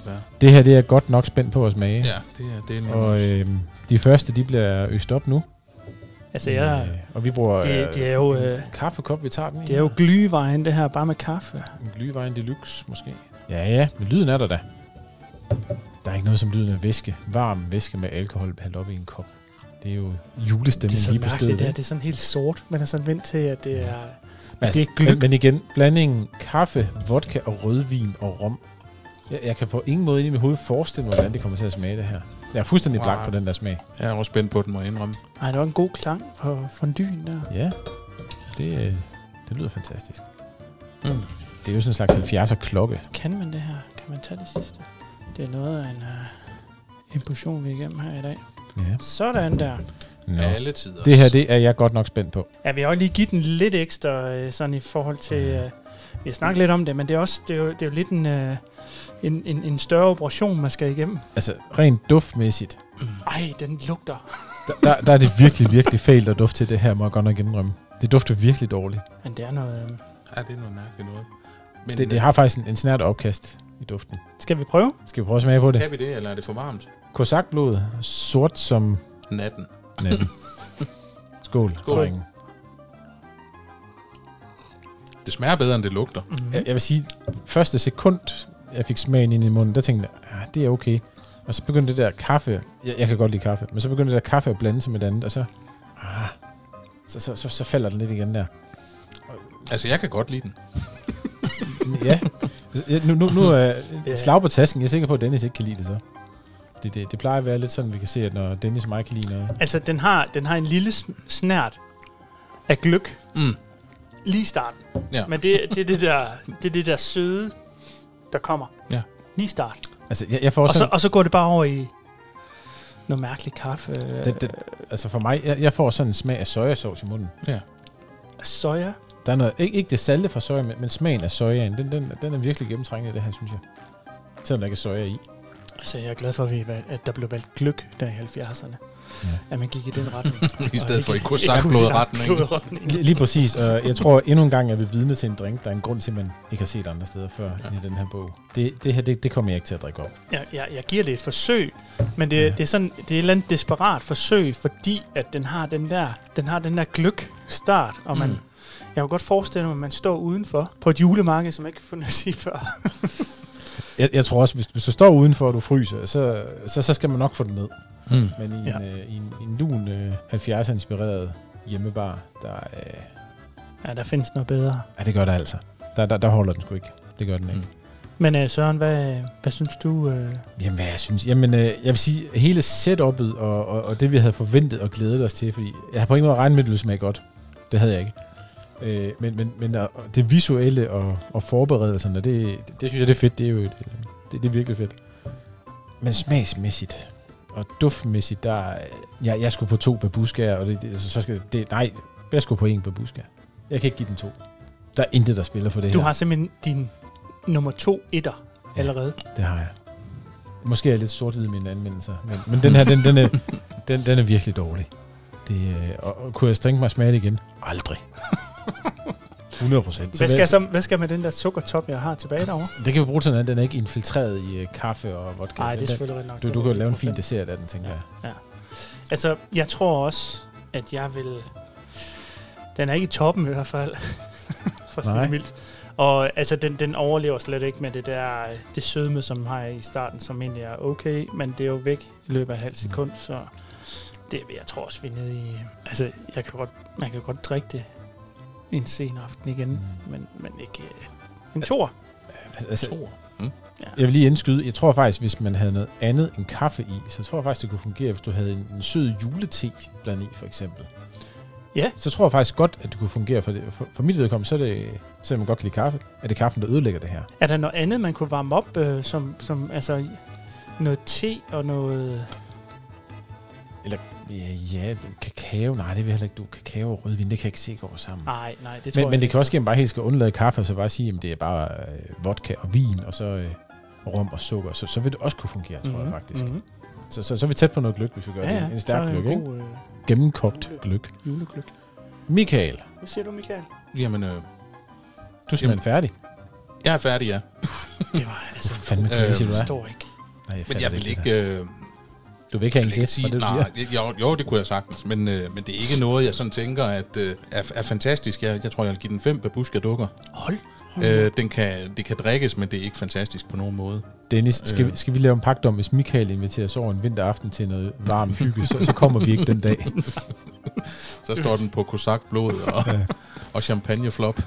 [SPEAKER 3] være.
[SPEAKER 1] Det her, det er jeg godt nok spændt på at smage.
[SPEAKER 3] Ja, det er det. Er
[SPEAKER 1] og øh, de første, de bliver øst op nu.
[SPEAKER 2] Altså, jeg...
[SPEAKER 1] Øh, og vi bruger
[SPEAKER 2] det, det er jo... Øh,
[SPEAKER 1] kaffekop, vi tager den i.
[SPEAKER 2] Det er jo Glühwein, det her, bare med kaffe.
[SPEAKER 1] En Glühwein deluxe, måske. Ja, ja, men lyden er der da. Der er ikke noget som lyden af væske. Varm væske med alkohol hældt op i en kop. Det er jo julestemning lige på stedet.
[SPEAKER 2] Det er så mærkeligt, det, det er sådan helt sort. Man er sådan vendt til, at det er...
[SPEAKER 1] Men, altså, det er men, men igen, blandingen kaffe, vodka og rødvin og rom. Jeg, jeg kan på ingen måde ind i mit hoved forestille mig, hvordan det kommer til at smage det her. Jeg er fuldstændig wow. blank på den der smag.
[SPEAKER 3] Jeg er også spændt på den, må jeg indrømme.
[SPEAKER 2] Ej, det var en god klang på fondyen der.
[SPEAKER 1] Ja, det, det lyder fantastisk. Mm. Det er jo sådan en slags halvfjerdser klokke.
[SPEAKER 2] Kan man det her? Kan man tage det sidste? Det er noget af en uh, impulsion, vi er igennem her i dag.
[SPEAKER 1] Ja.
[SPEAKER 2] Sådan der.
[SPEAKER 3] No. Alle tider.
[SPEAKER 1] Det her, det er jeg godt nok spændt på.
[SPEAKER 2] Ja, vi har jo lige givet den lidt ekstra, øh, sådan i forhold til... Øh, vi har snakket lidt om det, men det er også det er jo, det er jo lidt en, øh, en, en, en større operation, man skal igennem.
[SPEAKER 1] Altså, rent duftmæssigt.
[SPEAKER 2] Mm. Ej, den lugter.
[SPEAKER 1] der, der, der er det virkelig, virkelig fejl at dufte til det her, må jeg godt nok indrømme. Det dufter virkelig dårligt.
[SPEAKER 2] Men det er noget... Øh,
[SPEAKER 3] ja, det er noget mærkeligt noget.
[SPEAKER 1] Men det, det har faktisk en, en snært opkast i duften.
[SPEAKER 2] Skal vi prøve?
[SPEAKER 1] Skal vi prøve at smage på det?
[SPEAKER 3] Kan vi det, eller er det for varmt?
[SPEAKER 1] Kosakblod, sort som...
[SPEAKER 3] Natten.
[SPEAKER 1] Natten. Skål.
[SPEAKER 3] Skål. Det smager bedre, end det lugter.
[SPEAKER 1] Mm-hmm. Jeg, jeg vil sige, første sekund, jeg fik smagen ind i munden, der tænkte jeg, ah, det er okay. Og så begyndte det der kaffe, jeg, jeg kan godt lide kaffe, men så begyndte det der kaffe at blande sig med det andet, og så, ah, så, så, så, så falder den lidt igen der.
[SPEAKER 3] Altså, jeg kan godt lide den.
[SPEAKER 1] Ja. Nu, nu, nu er et slag på tasken. Jeg er sikker på, at Dennis ikke kan lide det så. Det, det, det plejer at være lidt sådan, vi kan se, at når Dennis og mig kan lide noget.
[SPEAKER 2] Altså, den har, den har en lille snært af gløk.
[SPEAKER 3] Mm.
[SPEAKER 2] Lige i starten.
[SPEAKER 3] Ja.
[SPEAKER 2] Men det, det, det, der, det er det der søde, der kommer.
[SPEAKER 3] Ja.
[SPEAKER 2] Lige i start.
[SPEAKER 1] Altså, jeg, jeg får
[SPEAKER 2] og,
[SPEAKER 1] sådan,
[SPEAKER 2] så, og så går det bare over i noget mærkeligt kaffe.
[SPEAKER 1] Det, det, altså for mig, jeg, jeg får sådan en smag af sojasauce i munden.
[SPEAKER 3] Ja.
[SPEAKER 2] Soja?
[SPEAKER 1] Der er noget, ikke, ikke det salte fra soja, men, men smagen af sojaen, den, den, den er virkelig gennemtrængende, det her, synes jeg. Selvom der ikke er soja i.
[SPEAKER 2] Altså, jeg er glad for, at der blev valgt gløk der i halvfjerdserne. Ja. At man gik i den retning.
[SPEAKER 3] I stedet for i kosakblodretning.
[SPEAKER 1] Lige, lige præcis. Og jeg tror endnu en gang, at vi er vidne til en drink, der er en grund til, at man ikke har set andre steder før ja. i den her bog. Det, det her, det, det kommer jeg ikke til at drikke op.
[SPEAKER 2] Jeg, jeg, jeg giver det et forsøg, men det, ja. det er sådan, det er et eller andet desperat forsøg, fordi at den har den der, den har den der gløk start, og man, mm. jeg kan godt forestille mig, at man står udenfor på et julemarked, som jeg ikke har fundet at sige før.
[SPEAKER 1] jeg, jeg tror også, hvis, hvis du står udenfor, og du fryser, så, så, så skal man nok få den ned. Mm. Men i ja. en, øh, i en, i en lun øh, halvfjerdser-inspireret hjemmebar, der øh,
[SPEAKER 2] ja, der findes noget bedre.
[SPEAKER 1] Ja, det gør der altså. Der, der, der holder den sgu ikke. Det gør den ikke. Mm.
[SPEAKER 2] Men øh, Søren, hvad, hvad synes du? Øh?
[SPEAKER 1] Jamen, hvad jeg synes? Jamen, øh, jeg vil sige, hele setup'et og, og, og det, vi havde forventet og glædet os til, fordi jeg har på ingen måde regnet med, at det ville smage godt. Det havde jeg ikke. Øh, men men, men det visuelle og, og forberedelserne, det, det, det synes jeg, det er fedt. Det er jo det, det, det er virkelig fedt. Men smagsmæssigt og duftmæssigt, der jeg, jeg skulle på to babuskaer, og det, det, så skal det, nej, jeg skulle på en babuska. Jeg kan ikke give den to. Der er intet, der spiller for det
[SPEAKER 2] du
[SPEAKER 1] her.
[SPEAKER 2] Du har simpelthen din nummer to etter ja, allerede.
[SPEAKER 1] Det har jeg. Måske er jeg lidt sort-hvid i mine anmeldelser, men, men den her, den, den, er, den, den er virkelig dårlig. Det, og, og kunne jeg stænke mig smage det igen? Aldrig. hundrede procent.
[SPEAKER 2] Hvad skal, så, hvad skal med den der sukkertop, jeg har tilbage derovre?
[SPEAKER 1] Det kan vi bruge sådan, at den er ikke infiltreret i uh, kaffe og vodka.
[SPEAKER 2] Nej, det er selvfølgelig nok.
[SPEAKER 1] Du, du kan jo lave en fin dessert af den, tænker
[SPEAKER 2] ja,
[SPEAKER 1] jeg.
[SPEAKER 2] Ja. Altså, jeg tror også, at jeg vil... Den er ikke i toppen i hvert fald. For at sige mildt. Og altså, den, den overlever slet ikke med det der det sødme, som har i starten, som egentlig er okay, men det er jo væk i løbet af et halvt sekund, mm. så det vil jeg tror også, vi er nede i... Altså, jeg kan godt, man kan godt drikke det en sen aften igen, mm. men, men ikke uh, en toer.
[SPEAKER 1] Altså, toer? Mm. Ja. Jeg vil lige indskyde, jeg tror faktisk, hvis man havde noget andet end kaffe i, så tror jeg faktisk, det kunne fungere, hvis du havde en, en sød julete blandt i, for eksempel.
[SPEAKER 2] Ja.
[SPEAKER 1] Så tror jeg faktisk godt, at det kunne fungere. For, det, for, for mit vedkommende, så er det, selvom man godt kan lide kaffe, er det kaffen, der ødelægger det her.
[SPEAKER 2] Er der noget andet, man kunne varme op, øh, som, som altså noget te og noget...
[SPEAKER 1] Eller, ja, kakao. Nej, det vil heller ikke du. Kakao og rødvin, det kan jeg ikke se går sammen.
[SPEAKER 2] Nej, nej, det tror
[SPEAKER 1] men,
[SPEAKER 2] jeg
[SPEAKER 1] Men det kan også ske, at man bare helt skal undlade kaffe, og så bare sige, at det er bare øh, vodka og vin, og så øh, rom og sukker. Så, så vil det også kunne fungere, tror mm-hmm. jeg faktisk. Mm-hmm. Så, så, så er vi tæt på noget gløk, hvis vi gør
[SPEAKER 2] ja, ja.
[SPEAKER 1] det. En stærk gløk, ikke?
[SPEAKER 2] Øh,
[SPEAKER 1] Gennemkogt gløk.
[SPEAKER 2] Julegløk.
[SPEAKER 1] Michael.
[SPEAKER 2] Hvad siger du, Michael?
[SPEAKER 3] Jamen, øh,
[SPEAKER 1] du er simpelthen færdig.
[SPEAKER 3] Jeg er færdig, ja.
[SPEAKER 2] Det var altså...
[SPEAKER 1] Du fandme
[SPEAKER 3] Øh,
[SPEAKER 1] crazy,
[SPEAKER 2] Det
[SPEAKER 1] du er.
[SPEAKER 2] står ikke.
[SPEAKER 1] Nej, jeg
[SPEAKER 3] Men
[SPEAKER 1] fatter
[SPEAKER 3] jeg
[SPEAKER 1] det
[SPEAKER 3] vil
[SPEAKER 1] ikke, det
[SPEAKER 3] ikke...
[SPEAKER 1] der.
[SPEAKER 3] Øh,
[SPEAKER 1] Du vil ikke have en
[SPEAKER 3] jeg vil ikke
[SPEAKER 1] til,
[SPEAKER 3] sige,
[SPEAKER 1] var det, du
[SPEAKER 3] nej,
[SPEAKER 1] siger?
[SPEAKER 3] jo, jo, det kunne jeg sagtens, men, øh, men det er ikke noget, jeg sådan tænker, at øh, er, er fantastisk. Jeg, jeg tror, jeg vil give den fem babushka-dukker.
[SPEAKER 2] Hold. hold.
[SPEAKER 3] Øh, den kan, det kan drikkes, men det er ikke fantastisk på nogen måde.
[SPEAKER 1] Dennis, skal,
[SPEAKER 3] Øh.
[SPEAKER 1] vi, skal vi lave en pagt om, hvis Michael inviterer os over en vinteraften til noget varm hygge, så, så kommer vi ikke den dag.
[SPEAKER 3] Så står den på kozakblod og,
[SPEAKER 1] Ja.
[SPEAKER 3] og champagneflop.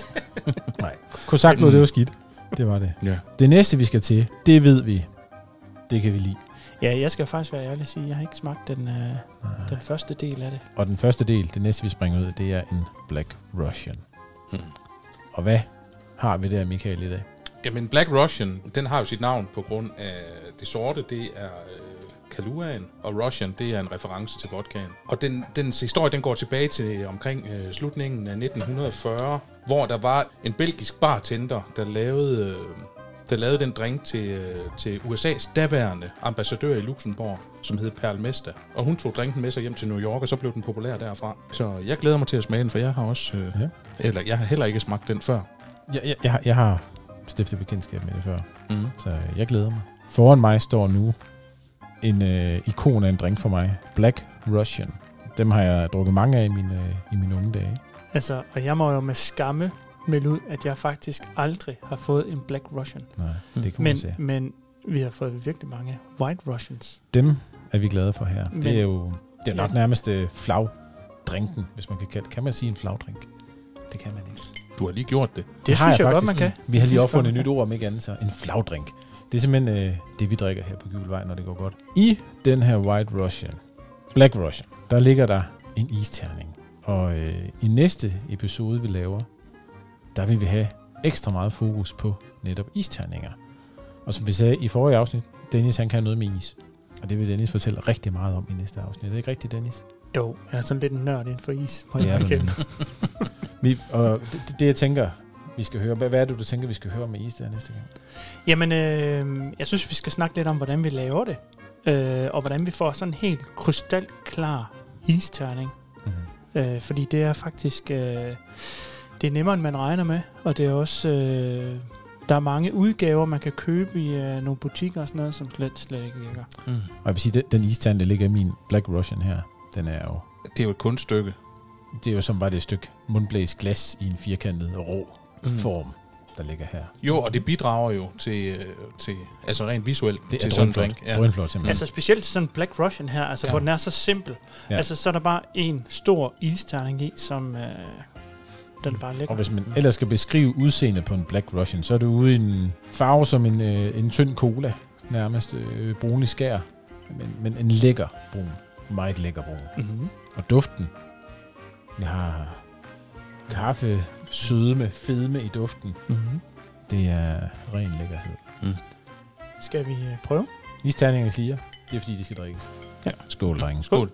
[SPEAKER 1] Nej, Kosakblod, det var skidt. Det var det.
[SPEAKER 3] Ja.
[SPEAKER 1] Det næste, vi skal til, det ved vi. Det kan vi lide.
[SPEAKER 2] Ja, jeg skal faktisk være ærlig og sige, at jeg har ikke smagt den, øh, den første del af det.
[SPEAKER 1] Og den første del, det næste, vi springer ud, det er en Black Russian.
[SPEAKER 3] Hmm.
[SPEAKER 1] Og hvad har vi der, Michael, i dag?
[SPEAKER 3] Jamen, Black Russian, den har jo sit navn på grund af det sorte, det er øh, Kaluaen, og Russian, det er en reference til vodkaen. Og den, dens historie, den går tilbage til omkring øh, slutningen af nitten fyrre, hvor der var en belgisk bartender, der lavede, øh, der lavede den drink til, øh, til U S A's daværende ambassadør i Luxembourg, som hed Perl Mesta. Og hun tog drinken med sig hjem til New York, og så blev den populær derfra. Så jeg glæder mig til at smage den, for jeg har også, øh,
[SPEAKER 1] Ja.
[SPEAKER 3] eller jeg har heller ikke smagt den før.
[SPEAKER 1] Jeg, jeg, jeg, har, jeg har stiftet bekendtskab med det før,
[SPEAKER 3] Mm.
[SPEAKER 1] så jeg glæder mig. Foran mig står nu en øh, ikon af en drink for mig. Black Russian. Dem har jeg drukket mange af i mine, øh, i mine unge dage.
[SPEAKER 2] Altså, og jeg må jo med skamme melde ud, at jeg faktisk aldrig har fået en Black Russian.
[SPEAKER 1] Nej, det kan man
[SPEAKER 2] Men,
[SPEAKER 1] se.
[SPEAKER 2] men vi har fået virkelig mange White Russians.
[SPEAKER 1] Dem er vi glade for her.
[SPEAKER 2] Men-
[SPEAKER 1] det er jo det er nok
[SPEAKER 2] Ja.
[SPEAKER 1] nærmest øh, flagdrinken, hvis man kan kalde. Kan man sige en flagdrink? Det kan man ikke.
[SPEAKER 3] Du har lige gjort det.
[SPEAKER 2] Det
[SPEAKER 1] har
[SPEAKER 2] synes jeg, godt, man
[SPEAKER 1] faktisk.
[SPEAKER 2] kan.
[SPEAKER 1] Vi har
[SPEAKER 2] Det
[SPEAKER 1] lige
[SPEAKER 2] synes
[SPEAKER 1] opfundet
[SPEAKER 2] jeg
[SPEAKER 1] et
[SPEAKER 2] godt,
[SPEAKER 1] nyt ord, om ikke andet så. En flagdrink. Det er simpelthen øh, det, vi drikker her på Gyldvej, når det går godt. I den her White Russian, Black Russian, der ligger der en isterning. Og øh, i næste episode, vi laver, der vil vi have ekstra meget fokus på netop isterninger. Og som vi sagde i forrige afsnit, Dennis han kan noget med is. Og det vil Dennis fortælle rigtig meget om i næste afsnit. Er det ikke rigtigt, Dennis?
[SPEAKER 2] Jo, jeg er sådan lidt en nørd inden for is. Må
[SPEAKER 1] Det
[SPEAKER 2] jeg
[SPEAKER 1] er du
[SPEAKER 2] erkende.
[SPEAKER 1] nemlig. vi, og det, det, jeg tænker, vi skal høre. Hvad, hvad er det, du tænker, vi skal høre med is der næste gang?
[SPEAKER 2] Jamen, øh, jeg synes, vi skal snakke lidt om, hvordan vi laver det. Øh, og hvordan vi får sådan en helt krystalklar isterning.
[SPEAKER 1] Mm-hmm.
[SPEAKER 2] Øh, fordi det er faktisk... Øh, det er nemmere, end man regner med. Og det er også... Øh, der er mange udgaver, man kan købe i øh, nogle butikker og sådan noget, som slet, slet ikke virker.
[SPEAKER 3] Mm.
[SPEAKER 1] Og jeg vil sige, den, den isterning, der ligger i min Black Russian her, den er jo...
[SPEAKER 3] Det er jo et kunststykke.
[SPEAKER 1] Det er jo som bare det et stykke mundblæst glas i en firkantet rå
[SPEAKER 3] Mm.
[SPEAKER 1] form, der ligger her.
[SPEAKER 3] Jo, og det bidrager jo til, øh, til altså rent visuelt
[SPEAKER 1] Det
[SPEAKER 3] til
[SPEAKER 1] er
[SPEAKER 3] sådan en
[SPEAKER 1] drønflot.
[SPEAKER 3] drink. Ja.
[SPEAKER 1] Drønflot simpelthen.
[SPEAKER 2] Altså specielt sådan en Black Russian her, altså
[SPEAKER 3] Ja.
[SPEAKER 2] hvor den er så simpel.
[SPEAKER 1] Ja.
[SPEAKER 2] Altså så er der bare en stor isterning i, som øh, den er bare lækker.
[SPEAKER 1] Og hvis man ellers skal beskrive udseendet på en Black Russian, så er det ude i en farve som en, øh, en tynd cola, nærmest øh, brunlig skær, men, men en lækker brun. Meget lækker brun.
[SPEAKER 2] Mm-hmm.
[SPEAKER 1] Og duften, vi har kaffe, sødme, fedme i duften.
[SPEAKER 2] Mm-hmm.
[SPEAKER 1] Det er ren lækkerhed.
[SPEAKER 3] Mm.
[SPEAKER 2] Skal vi øh, prøve?
[SPEAKER 1] Isterninger clear, det er fordi, de skal drikkes.
[SPEAKER 2] Ja.
[SPEAKER 1] Skål, drenge.
[SPEAKER 3] Skål.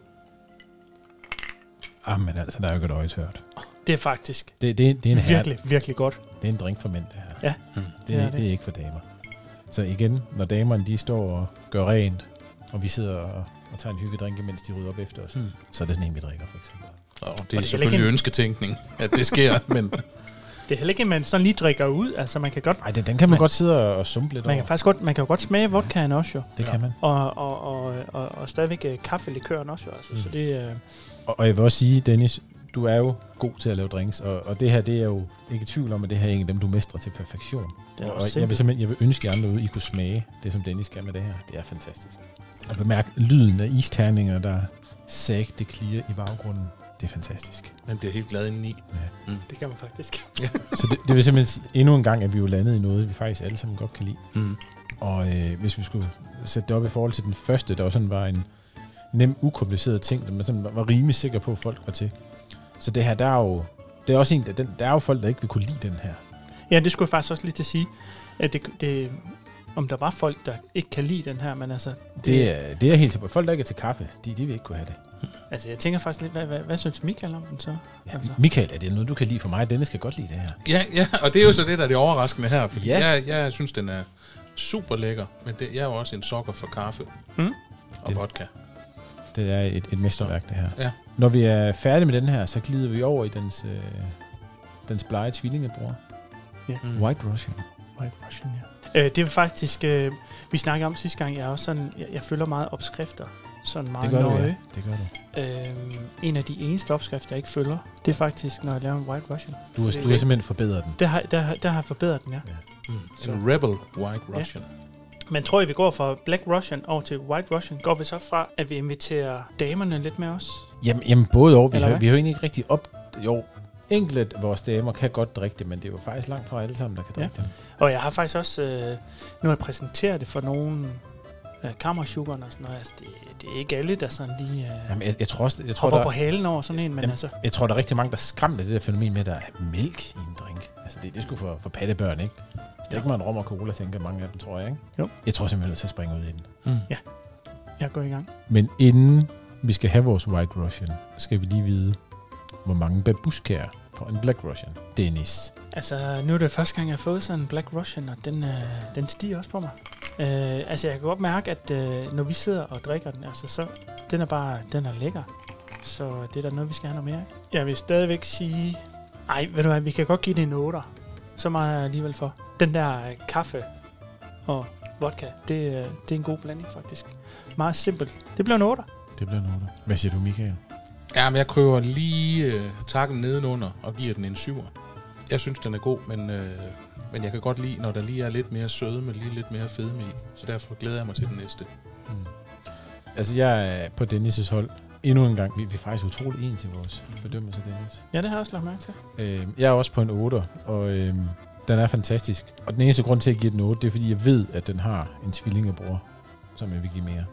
[SPEAKER 1] Ah, men altså, der er jo ikke et øje tørt.
[SPEAKER 2] Det er faktisk
[SPEAKER 1] Det, det, det, er en her,
[SPEAKER 2] virkelig, virkelig godt.
[SPEAKER 1] det er en drink for mænd, det her.
[SPEAKER 2] Ja,
[SPEAKER 3] Mm.
[SPEAKER 1] Det,
[SPEAKER 2] det er
[SPEAKER 1] det. det er ikke for damer. Så igen, når damerne de står og gør rent, og vi sidder og, og tager en hyggedrink, mens de rydder op efter os,
[SPEAKER 3] Mm.
[SPEAKER 1] så er det sådan en, vi drikker, for eksempel.
[SPEAKER 3] Og det er
[SPEAKER 2] heller
[SPEAKER 3] selvfølgelig
[SPEAKER 2] ikke en-
[SPEAKER 3] ønsketænkning, at det sker, men
[SPEAKER 2] Det er heller ikke, at man sådan lige drikker ud. Altså man kan godt,
[SPEAKER 1] Ej, den, den kan man
[SPEAKER 2] Men-
[SPEAKER 1] godt sidde og sumpe lidt
[SPEAKER 2] man
[SPEAKER 1] over.
[SPEAKER 2] kan faktisk godt, man kan jo godt smage vodkaen også jo.
[SPEAKER 1] Det
[SPEAKER 3] Ja.
[SPEAKER 1] kan man.
[SPEAKER 2] Og, og, og, og, og stadigvæk øh, kaffelikøren også jo. Altså. Mm. Så det øh,
[SPEAKER 1] Og, og jeg vil også sige, Dennis, du er jo god til at lave drinks, og, og det her, det er jo ikke i tvivl om, at det her er en af dem, du mestrer til perfektion.
[SPEAKER 2] Det er
[SPEAKER 1] og
[SPEAKER 2] også
[SPEAKER 1] jeg vil
[SPEAKER 2] simpelt.
[SPEAKER 1] simpelthen, jeg vil ønske jer andre ude, I kunne smage det, som Dennis kan med det her. Det er fantastisk. Og bemærk lyden af isterninger, der sagte clear i baggrunden. Det er fantastisk.
[SPEAKER 3] man bliver helt glad indeni.
[SPEAKER 2] Det kan man faktisk.
[SPEAKER 1] Så det, det vil simpelthen sige, endnu en gang, at vi er jo landet i noget, vi faktisk alle sammen godt kan lide.
[SPEAKER 3] Mm.
[SPEAKER 1] Og øh, hvis vi skulle sætte det op i forhold til den første, der også sådan var en nem, ukompliceret ting, som man sådan var rimelig sikker på, at folk var til. Så det her, der er jo, det er også en, der, den, der er jo folk, der ikke vil kunne lide den her.
[SPEAKER 2] Ja, det skulle jeg faktisk også lige til at sige. At det, det, om der var folk, der ikke kan lide den her, men altså... Det,
[SPEAKER 1] Det er, det er helt sikkert. Folk, der ikke er til kaffe, de, de vil ikke kunne have det.
[SPEAKER 2] altså, jeg tænker faktisk lidt, hvad, hvad, hvad synes Michael om den så?
[SPEAKER 1] Ja,
[SPEAKER 2] Altså.
[SPEAKER 1] Michael, er det noget, du kan lide for mig? Dennis skal godt lide det her.
[SPEAKER 3] Ja, ja, og det er jo så det, der er det overraskende her, fordi
[SPEAKER 1] Ja.
[SPEAKER 3] ja. jeg, jeg synes, den er super lækker, men det, jeg er jo også en sokker for kaffe
[SPEAKER 2] Mm.
[SPEAKER 3] og
[SPEAKER 1] Det-
[SPEAKER 3] vodka.
[SPEAKER 1] Det er et, et mesterværk, det her.
[SPEAKER 3] Ja.
[SPEAKER 1] Når vi er færdige med den her, så glider vi over i dens, øh, dens blege tvillingebror.
[SPEAKER 2] Ja.
[SPEAKER 3] Mm.
[SPEAKER 1] White Russian.
[SPEAKER 2] White Russian, ja. Øh, det er faktisk, øh, vi snakkede om sidste gang, jeg er også sådan, jeg, jeg følger meget opskrifter. Sådan meget
[SPEAKER 1] Det gør
[SPEAKER 2] nøje.
[SPEAKER 1] du, ja. Det gør du.
[SPEAKER 2] Øhm, en af de eneste opskrifter, jeg ikke følger, det er faktisk, når jeg laver en White Russian.
[SPEAKER 1] Du har,
[SPEAKER 2] Det er
[SPEAKER 1] du har simpelthen forbedret den.
[SPEAKER 2] Der har, der, har- der har jeg forbedret den, ja.
[SPEAKER 3] Mm.
[SPEAKER 2] Så.
[SPEAKER 3] En Rebel White Russian.
[SPEAKER 2] Men tror I, vi går fra Black Russian over til White Russian? Går vi så fra, at vi inviterer damerne lidt med os?
[SPEAKER 1] Jamen, jamen både og. Vi
[SPEAKER 2] Eller
[SPEAKER 1] har,
[SPEAKER 2] hvad?
[SPEAKER 1] vi har jo egentlig ikke rigtig op... Jo, enkelte af vores damer kan godt drikke det, men det er jo faktisk langt fra alle sammen, der kan
[SPEAKER 2] Ja.
[SPEAKER 1] drikke det.
[SPEAKER 2] Og jeg har faktisk også, øh, nu har jeg præsenteret det for nogle øh, kammersugeren og sådan noget. Altså, det, det er ikke alle, der sådan lige øh,
[SPEAKER 1] Jamen, jeg, jeg tror også... Jeg tror,
[SPEAKER 2] hopper
[SPEAKER 1] der,
[SPEAKER 2] på halen over sådan en, men
[SPEAKER 1] Jamen,
[SPEAKER 2] altså...
[SPEAKER 1] jeg tror, der er rigtig mange, der skræmte det der fænomen med, at der er mælk i en drink. Altså, det, det er sgu for, for pattebørn, ikke? Hvis det ikke var en rom og cola, tænker mange af dem, tror jeg, ikke?
[SPEAKER 2] Jo.
[SPEAKER 1] Jeg tror simpelthen, jeg er nødt til at springe ud i den.
[SPEAKER 3] Mm.
[SPEAKER 2] Jeg går i gang.
[SPEAKER 1] Men inden vi skal have vores White Russian, skal vi lige vide, hvor mange babushkaer for en Black Russian. Dennis.
[SPEAKER 2] Altså, nu er det første gang, jeg har fået sådan en Black Russian, og den, øh, den stiger også på mig. Øh, altså, jeg kan godt mærke, at øh, når vi sidder og drikker den, altså, så den er bare, den er lækker. Så det er da noget, vi skal have noget mere af. Jeg vil stadigvæk sige, ej, ved du hvad, vi kan godt give det en otter. Så meget er jeg alligevel for. Den der øh, kaffe og vodka, det, øh, det er en god blanding, faktisk. Meget simpelt. Det bliver en otter.
[SPEAKER 1] Det bliver noget. Hvad siger du, Michael?
[SPEAKER 3] Ja, men jeg køber lige øh, takken nedenunder og giver den en syver. Jeg synes, den er god, men, øh, men jeg kan godt lide, når der lige er lidt mere sødme, lige lidt mere fedme i. Så derfor glæder jeg mig til den næste.
[SPEAKER 1] Hmm. Altså, jeg er på Dennis' hold. Endnu en gang. Vi, vi er faktisk utrolig ens i vores bedømmelse, Dennis.
[SPEAKER 2] Ja, det har jeg også lagt mærke til.
[SPEAKER 1] Øh, jeg er også på en otter, og øh, den er fantastisk. Og den eneste grund til at give den otte, det er, fordi jeg ved, at den har en tvillingebror, som jeg vil give mere.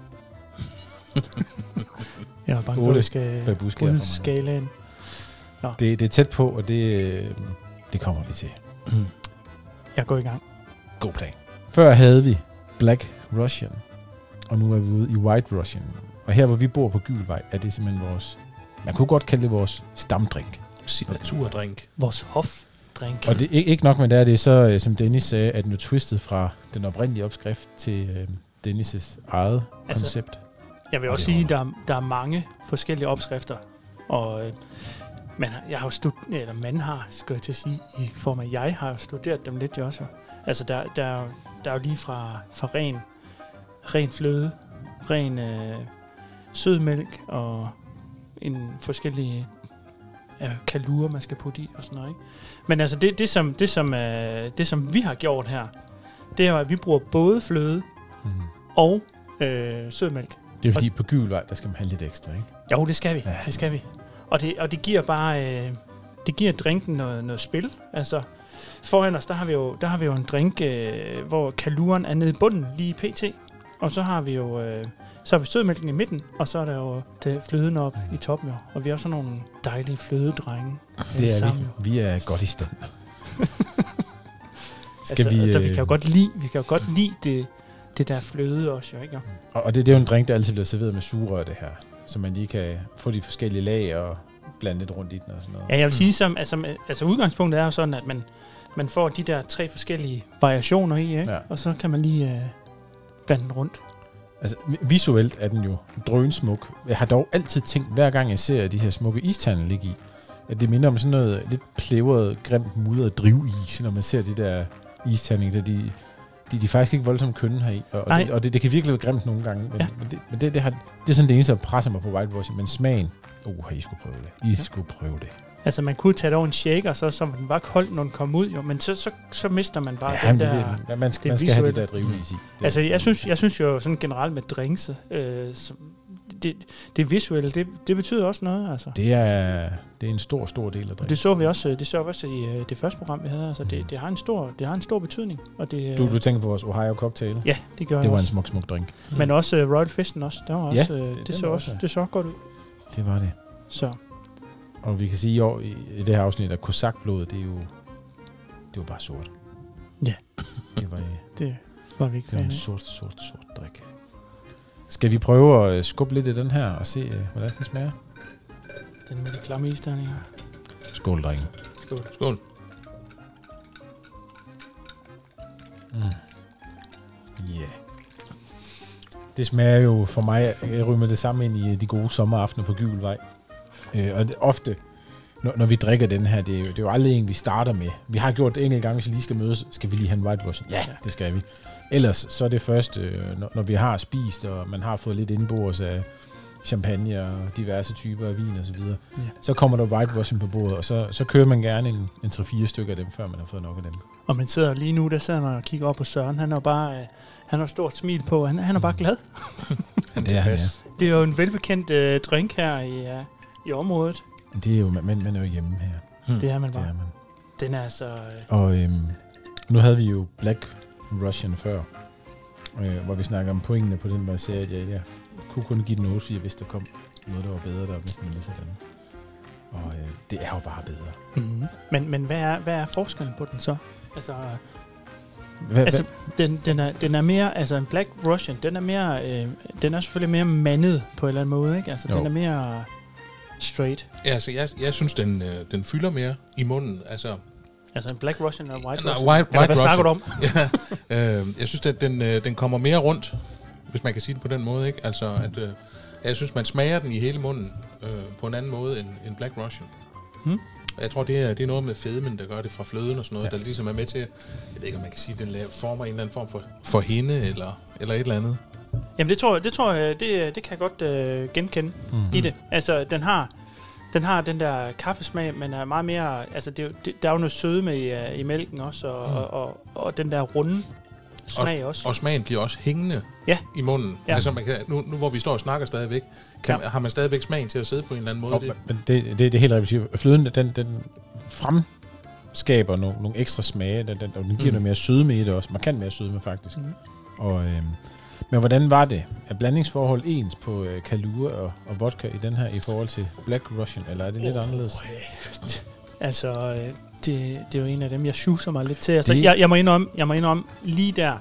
[SPEAKER 2] Jeg er bange for,
[SPEAKER 1] otte
[SPEAKER 2] at vi skal
[SPEAKER 1] babushkaer
[SPEAKER 2] bryde
[SPEAKER 1] for mig.
[SPEAKER 2] skalaen.
[SPEAKER 1] Det, det er tæt på, og det, øh, det kommer vi til.
[SPEAKER 3] Mm.
[SPEAKER 2] Jeg går i gang.
[SPEAKER 1] God plan. Før havde vi Black Russian, og nu er vi ude i White Russian. Og her, hvor vi bor på Gyldvej, er det simpelthen vores... Man kunne godt kalde det vores stamdrink.
[SPEAKER 3] Signaturdrink.
[SPEAKER 2] Vores hofdrink.
[SPEAKER 1] Og det er ikke nok med det, det er så, øh, som Dennis sagde, at den er twistet fra den oprindelige opskrift til øh, Dennis' eget
[SPEAKER 2] Altså,
[SPEAKER 1] koncept.
[SPEAKER 2] Jeg vil
[SPEAKER 1] Og
[SPEAKER 2] også
[SPEAKER 1] det er
[SPEAKER 2] sige, at der, er- der er mange forskellige opskrifter. Og øh, man, har- jeg har jo studeret, eller man har, skal jeg til at sige, i form af jeg har jo studeret dem lidt jo også. Altså der, der, er jo- der er jo lige fra, fra ren, ren fløde, ren øh, sødmælk og en forskellige øh, kalure, man skal putte i og sådan noget. Ikke? Men altså det, det, som, det, som, øh, det, som vi har gjort her, det er jo, at vi bruger både fløde
[SPEAKER 1] Mm.
[SPEAKER 2] og øh, sødmælk.
[SPEAKER 1] Det er fordi, på Gyldvej, der skal man have lidt ekstra, ikke?
[SPEAKER 2] Jo, det skal vi.
[SPEAKER 1] Ja.
[SPEAKER 2] Det skal vi. Og det, og det giver bare øh, det giver drinken noget, noget spil. Altså foran os, der har vi jo der har vi jo en drink, øh, hvor kaluren er nede i bunden lige pt. Og så har vi jo øh, så har vi sødmælken i midten, og så er der jo det fløden op i toppen jo. Og vi har også sådan nogle dejlige flødedrenge.
[SPEAKER 1] Det er
[SPEAKER 2] sammen.
[SPEAKER 1] vi. Vi er godt i stand. Skal
[SPEAKER 2] Altså,
[SPEAKER 1] vi,
[SPEAKER 2] altså, vi
[SPEAKER 1] øh,
[SPEAKER 2] kan jo godt lide, vi kan jo godt lide det, det der fløde også, jo, ikke?
[SPEAKER 1] Og, og det, det er jo en drink, der altid bliver serveret med sugerør, det her. Så man lige kan få de forskellige lag og blande lidt rundt i den og sådan noget.
[SPEAKER 2] Ja, jeg vil sige, som, altså, altså udgangspunktet er jo sådan, at man, man får de der tre forskellige variationer i, ikke?
[SPEAKER 1] Ja.
[SPEAKER 2] Og så kan man lige øh, blande den rundt.
[SPEAKER 1] Altså, vi- visuelt er den jo drønsmuk. Jeg har dog altid tænkt, hver gang jeg ser de her smukke isterner ligge i, at det minder om sådan noget lidt plævret, grimt, mudret drivis, når man ser de der isterninger, der de, de, de er faktisk ikke voldsomt kønne heri. Og, og,
[SPEAKER 2] Nej.
[SPEAKER 1] det, og det, det kan virkelig være grimt nogle gange. Men,
[SPEAKER 2] Ja.
[SPEAKER 1] men, det, men det, det, har, det er sådan det eneste, der presser mig på whitewashing. Men smagen, uh, I skulle prøve det. I
[SPEAKER 2] Ja.
[SPEAKER 1] skulle prøve det.
[SPEAKER 2] Altså, man kunne tage det over en shaker, så, så den bare koldt, når den kom ud, jo. Men så, så, så mister man bare
[SPEAKER 1] Ja,
[SPEAKER 2] den
[SPEAKER 1] men
[SPEAKER 2] der...
[SPEAKER 1] det, det, man skal,
[SPEAKER 2] det
[SPEAKER 1] man skal have det der
[SPEAKER 2] visuelle.
[SPEAKER 1] drivis i. Det,
[SPEAKER 2] Altså, jeg synes, jeg synes jo sådan generelt med drinks, øh, som, det, det visuelle, det, det betyder også noget, altså.
[SPEAKER 1] det, er, det er en stor, stor del af
[SPEAKER 2] Og
[SPEAKER 1] drinken.
[SPEAKER 2] det så vi også, det så vi også i øh, det første program, vi havde. Altså, det, det, har en stor, det har en stor betydning. Og det,
[SPEAKER 1] Du, du tænker på vores Ohio cocktail?
[SPEAKER 2] ja, det gør
[SPEAKER 1] Det
[SPEAKER 2] jeg
[SPEAKER 1] var en
[SPEAKER 2] også.
[SPEAKER 1] smuk, smuk drink.
[SPEAKER 2] Men også uh, Royal Fishen også. Der var
[SPEAKER 1] Ja,
[SPEAKER 2] også, uh,
[SPEAKER 1] det-
[SPEAKER 2] det,
[SPEAKER 1] den
[SPEAKER 2] så
[SPEAKER 1] var
[SPEAKER 2] også,
[SPEAKER 1] også-
[SPEAKER 2] det så godt ud.
[SPEAKER 1] Det var det.
[SPEAKER 2] Så
[SPEAKER 1] Og vi kan sige i år, i, i det her afsnit, at kosakblodet, det er jo, det var bare sort.
[SPEAKER 2] Ja.
[SPEAKER 1] Det var, øh,
[SPEAKER 2] det var vi ikke
[SPEAKER 1] det var
[SPEAKER 2] fan
[SPEAKER 1] en
[SPEAKER 2] af.
[SPEAKER 1] sort, sort, sort drik. Skal vi prøve at øh, skubbe lidt i den her og se, øh, hvordan den smager?
[SPEAKER 2] Den med de klamme isterninger.
[SPEAKER 1] Skål, drenge.
[SPEAKER 2] Skål.
[SPEAKER 3] Skål.
[SPEAKER 1] Mm. Yeah. Det smager jo for mig, jeg ryger med det samme ind i øh, de gode sommeraftener på Gyldvej. Øh, og det, ofte når, når vi drikker den her, det er, jo, det er jo aldrig en, vi starter med. Vi har gjort det enkelt gange, hvis vi lige skal mødes. Skal vi lige have en White Russian? Ja, det skal vi. Ellers så er det først, øh, når, når vi har spist, og man har fået lidt indbords af champagne og diverse typer af vin og så videre. Ja. Så kommer der White Russian på bordet, og så, så kører man gerne en, en tre fire stykker af dem, før man har fået nok af dem.
[SPEAKER 2] Og man sidder lige nu, der sidder man og kigger op på Søren. Han er bare, øh, han har et stort smil på. Han, han er bare glad.
[SPEAKER 3] Han
[SPEAKER 1] det, er han, ja.
[SPEAKER 2] Det er jo en velbekendt øh, drink her i, uh, i området.
[SPEAKER 1] Det er jo, man, man er jo hjemme her.
[SPEAKER 2] Hmm. Det er man bare.
[SPEAKER 1] Det er man.
[SPEAKER 2] Den er så... Øh...
[SPEAKER 1] Og øhm, nu havde vi jo Black Russian før, øh, hvor vi snakker om pointene på den, hvor jeg sagde, at jeg, jeg kunne kun give den otte fire, hvis der kom noget, der var bedre, der var næsten lidt sådan. Og øh, det er jo bare bedre.
[SPEAKER 2] Mm-hmm. Men, men hvad, er, hvad er forskellen på den så? Altså,
[SPEAKER 1] hva,
[SPEAKER 2] altså den, den, er, den er mere, altså en Black Russian, den er mere, øh, den er selvfølgelig mere mandet på en eller anden måde, ikke? Altså jo. Den er mere straight.
[SPEAKER 3] Ja, altså jeg, jeg synes, den, øh, den fylder mere i munden, altså...
[SPEAKER 2] Altså en Black Russian og White
[SPEAKER 3] Nej,
[SPEAKER 2] Russian?
[SPEAKER 3] White,
[SPEAKER 2] Eller
[SPEAKER 3] White
[SPEAKER 2] hvad
[SPEAKER 3] Russian.
[SPEAKER 2] snakker du om?
[SPEAKER 3] ja, øh, jeg synes, at den, øh, den kommer mere rundt, hvis man kan sige det på den måde, ikke? Altså, at øh, jeg synes, man smager den i hele munden øh, på en anden måde end, end Black Russian. Hmm? Jeg tror, det er, det er noget med fedmen, der gør det fra fløden og sådan noget, ja. Der ligesom er med til, jeg ved ikke, om man kan sige, at den laver, former en eller anden form for, for hende eller, eller et eller andet.
[SPEAKER 2] Jamen, det tror jeg, det, tror jeg, det, det kan jeg godt øh, genkende mm-hmm. i det. Altså, den har... Den har den der kaffesmag, men er meget mere... Altså, det, det, der er jo noget sødme i, i mælken også, og, mm. og, og, og den der runde smag
[SPEAKER 3] og,
[SPEAKER 2] også.
[SPEAKER 3] Og smagen bliver også hængende
[SPEAKER 2] ja.
[SPEAKER 3] i munden. Ja. Altså, man kan, nu, nu hvor vi står og snakker stadigvæk, kan, ja. har man stadigvæk smagen til at sidde på en eller anden måde.
[SPEAKER 1] Oh, det? Men det, det, det er helt rigtigt. Fløden, den, den fremskaber nogle, nogle ekstra smage, den, den, og den giver mm. noget mere sødme i det også. Man kan mere sødme, faktisk. Mm. Og... Øhm, Men hvordan var det? Er blandingsforhold ens på øh, Kahlua og, og vodka i den her i forhold til Black Russian, eller er det lidt oh, anderledes?
[SPEAKER 2] Øh, altså, øh, det, det er jo en af dem, jeg sjuser mig lidt til. Altså, jeg, jeg, må indrømme, jeg må indrømme lige der.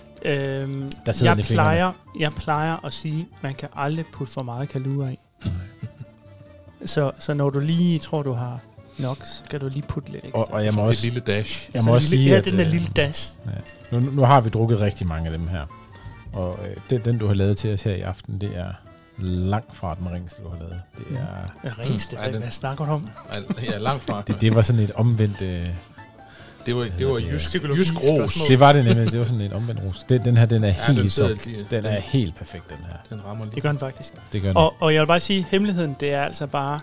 [SPEAKER 2] Øh, der jeg, plejer, jeg plejer at sige, man kan aldrig putte for meget Kahlua i. så, så når du lige tror, du har nok, så skal du lige putte lidt ekstra.
[SPEAKER 1] Og, og jeg må også,
[SPEAKER 3] et lille dash.
[SPEAKER 1] Jeg må også
[SPEAKER 2] lille,
[SPEAKER 1] sige,
[SPEAKER 2] ja,
[SPEAKER 1] at...
[SPEAKER 2] den der lille dash.
[SPEAKER 1] Ja. Nu, nu har vi drukket rigtig mange af dem her. Og øh, den, den, du har lavet til os her i aften, det er langt fra den ringeste, du har lavet. Det er...
[SPEAKER 2] Det ringeste? Hvad, hvad snakker du om?
[SPEAKER 3] Ja, langt fra.
[SPEAKER 1] det, det var sådan et omvendt... Øh,
[SPEAKER 3] det var, det var jysk, jysk ros.
[SPEAKER 1] Det var det nemlig. Det var sådan et omvendt ros. Den, den her, den er ja, helt
[SPEAKER 3] den,
[SPEAKER 1] top.
[SPEAKER 3] lige,
[SPEAKER 1] den er helt perfekt, den her.
[SPEAKER 3] Den rammer lige.
[SPEAKER 2] Det gør den faktisk.
[SPEAKER 1] Det gør den.
[SPEAKER 2] Og, og jeg vil bare sige, hemmeligheden, det er altså bare,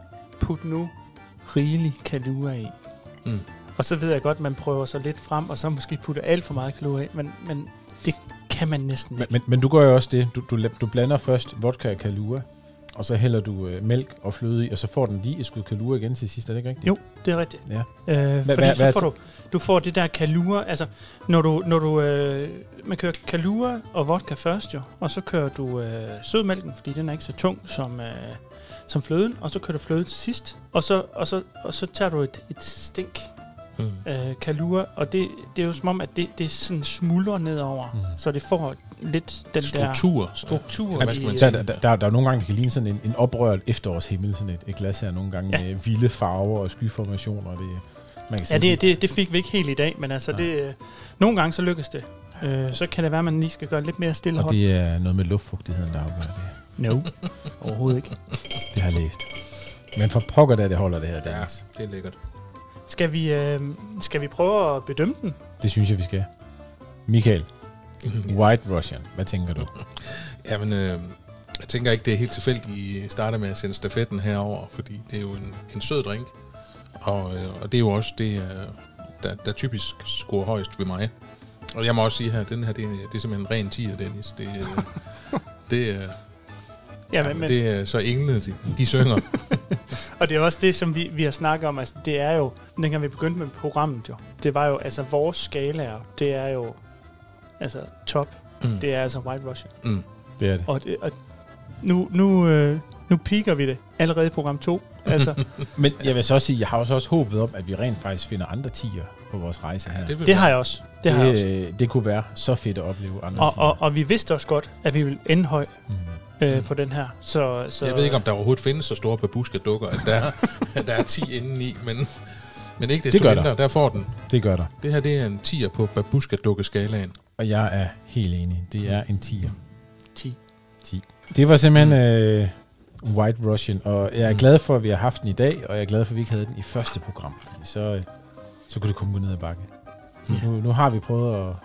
[SPEAKER 2] put nu rigelig Kahlua i. Mm. Og så ved jeg godt, man prøver sig lidt frem, og så måske putte alt for meget Kahlua i, men, men det kan man næsten ikke.
[SPEAKER 1] Men, men, men du gør jo også det. Du, du, du blander først vodka og Kahlua, og så hælder du øh, mælk og fløde i, og så får den lige et skud Kahlua igen til sidst. Er det ikke rigtigt?
[SPEAKER 2] Jo, det er rigtigt.
[SPEAKER 1] Ja.
[SPEAKER 2] Øh,
[SPEAKER 1] hva,
[SPEAKER 2] fordi
[SPEAKER 1] hva,
[SPEAKER 2] så får du, du får det der Kahlua, altså når du, når du øh, man kører Kahlua og vodka først jo, og så kører du øh, sødmælken, fordi den er ikke så tung som, øh, som fløden, og så kører du fløde til sidst, og så, og så, og så tager du et, et stink Mm. Øh, Kahlua, og det, det er jo som om, at det, det sådan smuldrer nedover, mm. så det får lidt den
[SPEAKER 3] struktur.
[SPEAKER 2] der struktur.
[SPEAKER 1] Ja, i, der, der, der, der, der er nogle gange, der kan ligne sådan en, en oprørt efterårshimmel, sådan et, et glas her nogle gange, ja. Med vilde farver og skyformationer. Det, man kan
[SPEAKER 2] ja, det, det, det fik vi ikke helt i dag, men altså, det, øh, nogle gange så lykkes det. Øh, så kan det være, at man lige skal gøre lidt mere stille.
[SPEAKER 1] Og det er noget med luftfugtigheden, der afgør det.
[SPEAKER 2] No, overhovedet ikke.
[SPEAKER 1] Det har jeg læst. Men for pokker da, det holder det her.
[SPEAKER 3] Ja, det er lækkert.
[SPEAKER 2] Skal vi, øh, skal vi prøve at bedømme den?
[SPEAKER 1] Det synes jeg, vi skal. Michael, White Russian, hvad tænker du?
[SPEAKER 3] Jamen, øh, jeg tænker ikke, det er helt tilfældigt, I starter med at sende stafetten herover, fordi det er jo en, en sød drink, og, øh, og det er jo også det, øh, der, der typisk scorer højst ved mig. Og jeg må også sige her, den her, det er, det er simpelthen en ren tier, Dennis. Det, øh, det er... Ja, men, men det er så englene, de, de synger.
[SPEAKER 2] Og det er også det, som vi, vi har snakket om. Altså, det er jo, dengang vi begyndte med programmet, jo, det var jo, altså vores skalaer, det er jo, altså top. Mm. Det er altså White Russian. Mm.
[SPEAKER 1] Det er det.
[SPEAKER 2] Og, det, og nu, nu, øh, nu piker vi det allerede i program to. Altså.
[SPEAKER 1] Men jeg vil så også sige, jeg har også, også håbet om, at vi rent faktisk finder andre tier på vores rejse her.
[SPEAKER 2] Ja, det det har jeg også. Det, det, har jeg også.
[SPEAKER 1] Det kunne være så fedt at opleve andre
[SPEAKER 2] og, og, og vi vidste også godt, at vi ville ende høj. Mm. Øh, mm. på den her. Så, så
[SPEAKER 3] jeg ved ikke, om der overhovedet findes så store babushka-dukker, at der, at der er ti indeni, men, men ikke desto mindre, der. der får den.
[SPEAKER 1] Det gør der.
[SPEAKER 3] Det her, det er en tier på babushka-dukkeskalaen.
[SPEAKER 1] Og jeg er helt enig. Det er en tier.
[SPEAKER 2] ti.
[SPEAKER 1] ti. Det var simpelthen mm. øh, White Russian, og jeg er mm. glad for, at vi har haft den i dag, og jeg er glad for, at vi ikke havde den i første program, fordi så, så kunne det komme ned ad bakke. Mm. Nu, nu har vi prøvet at...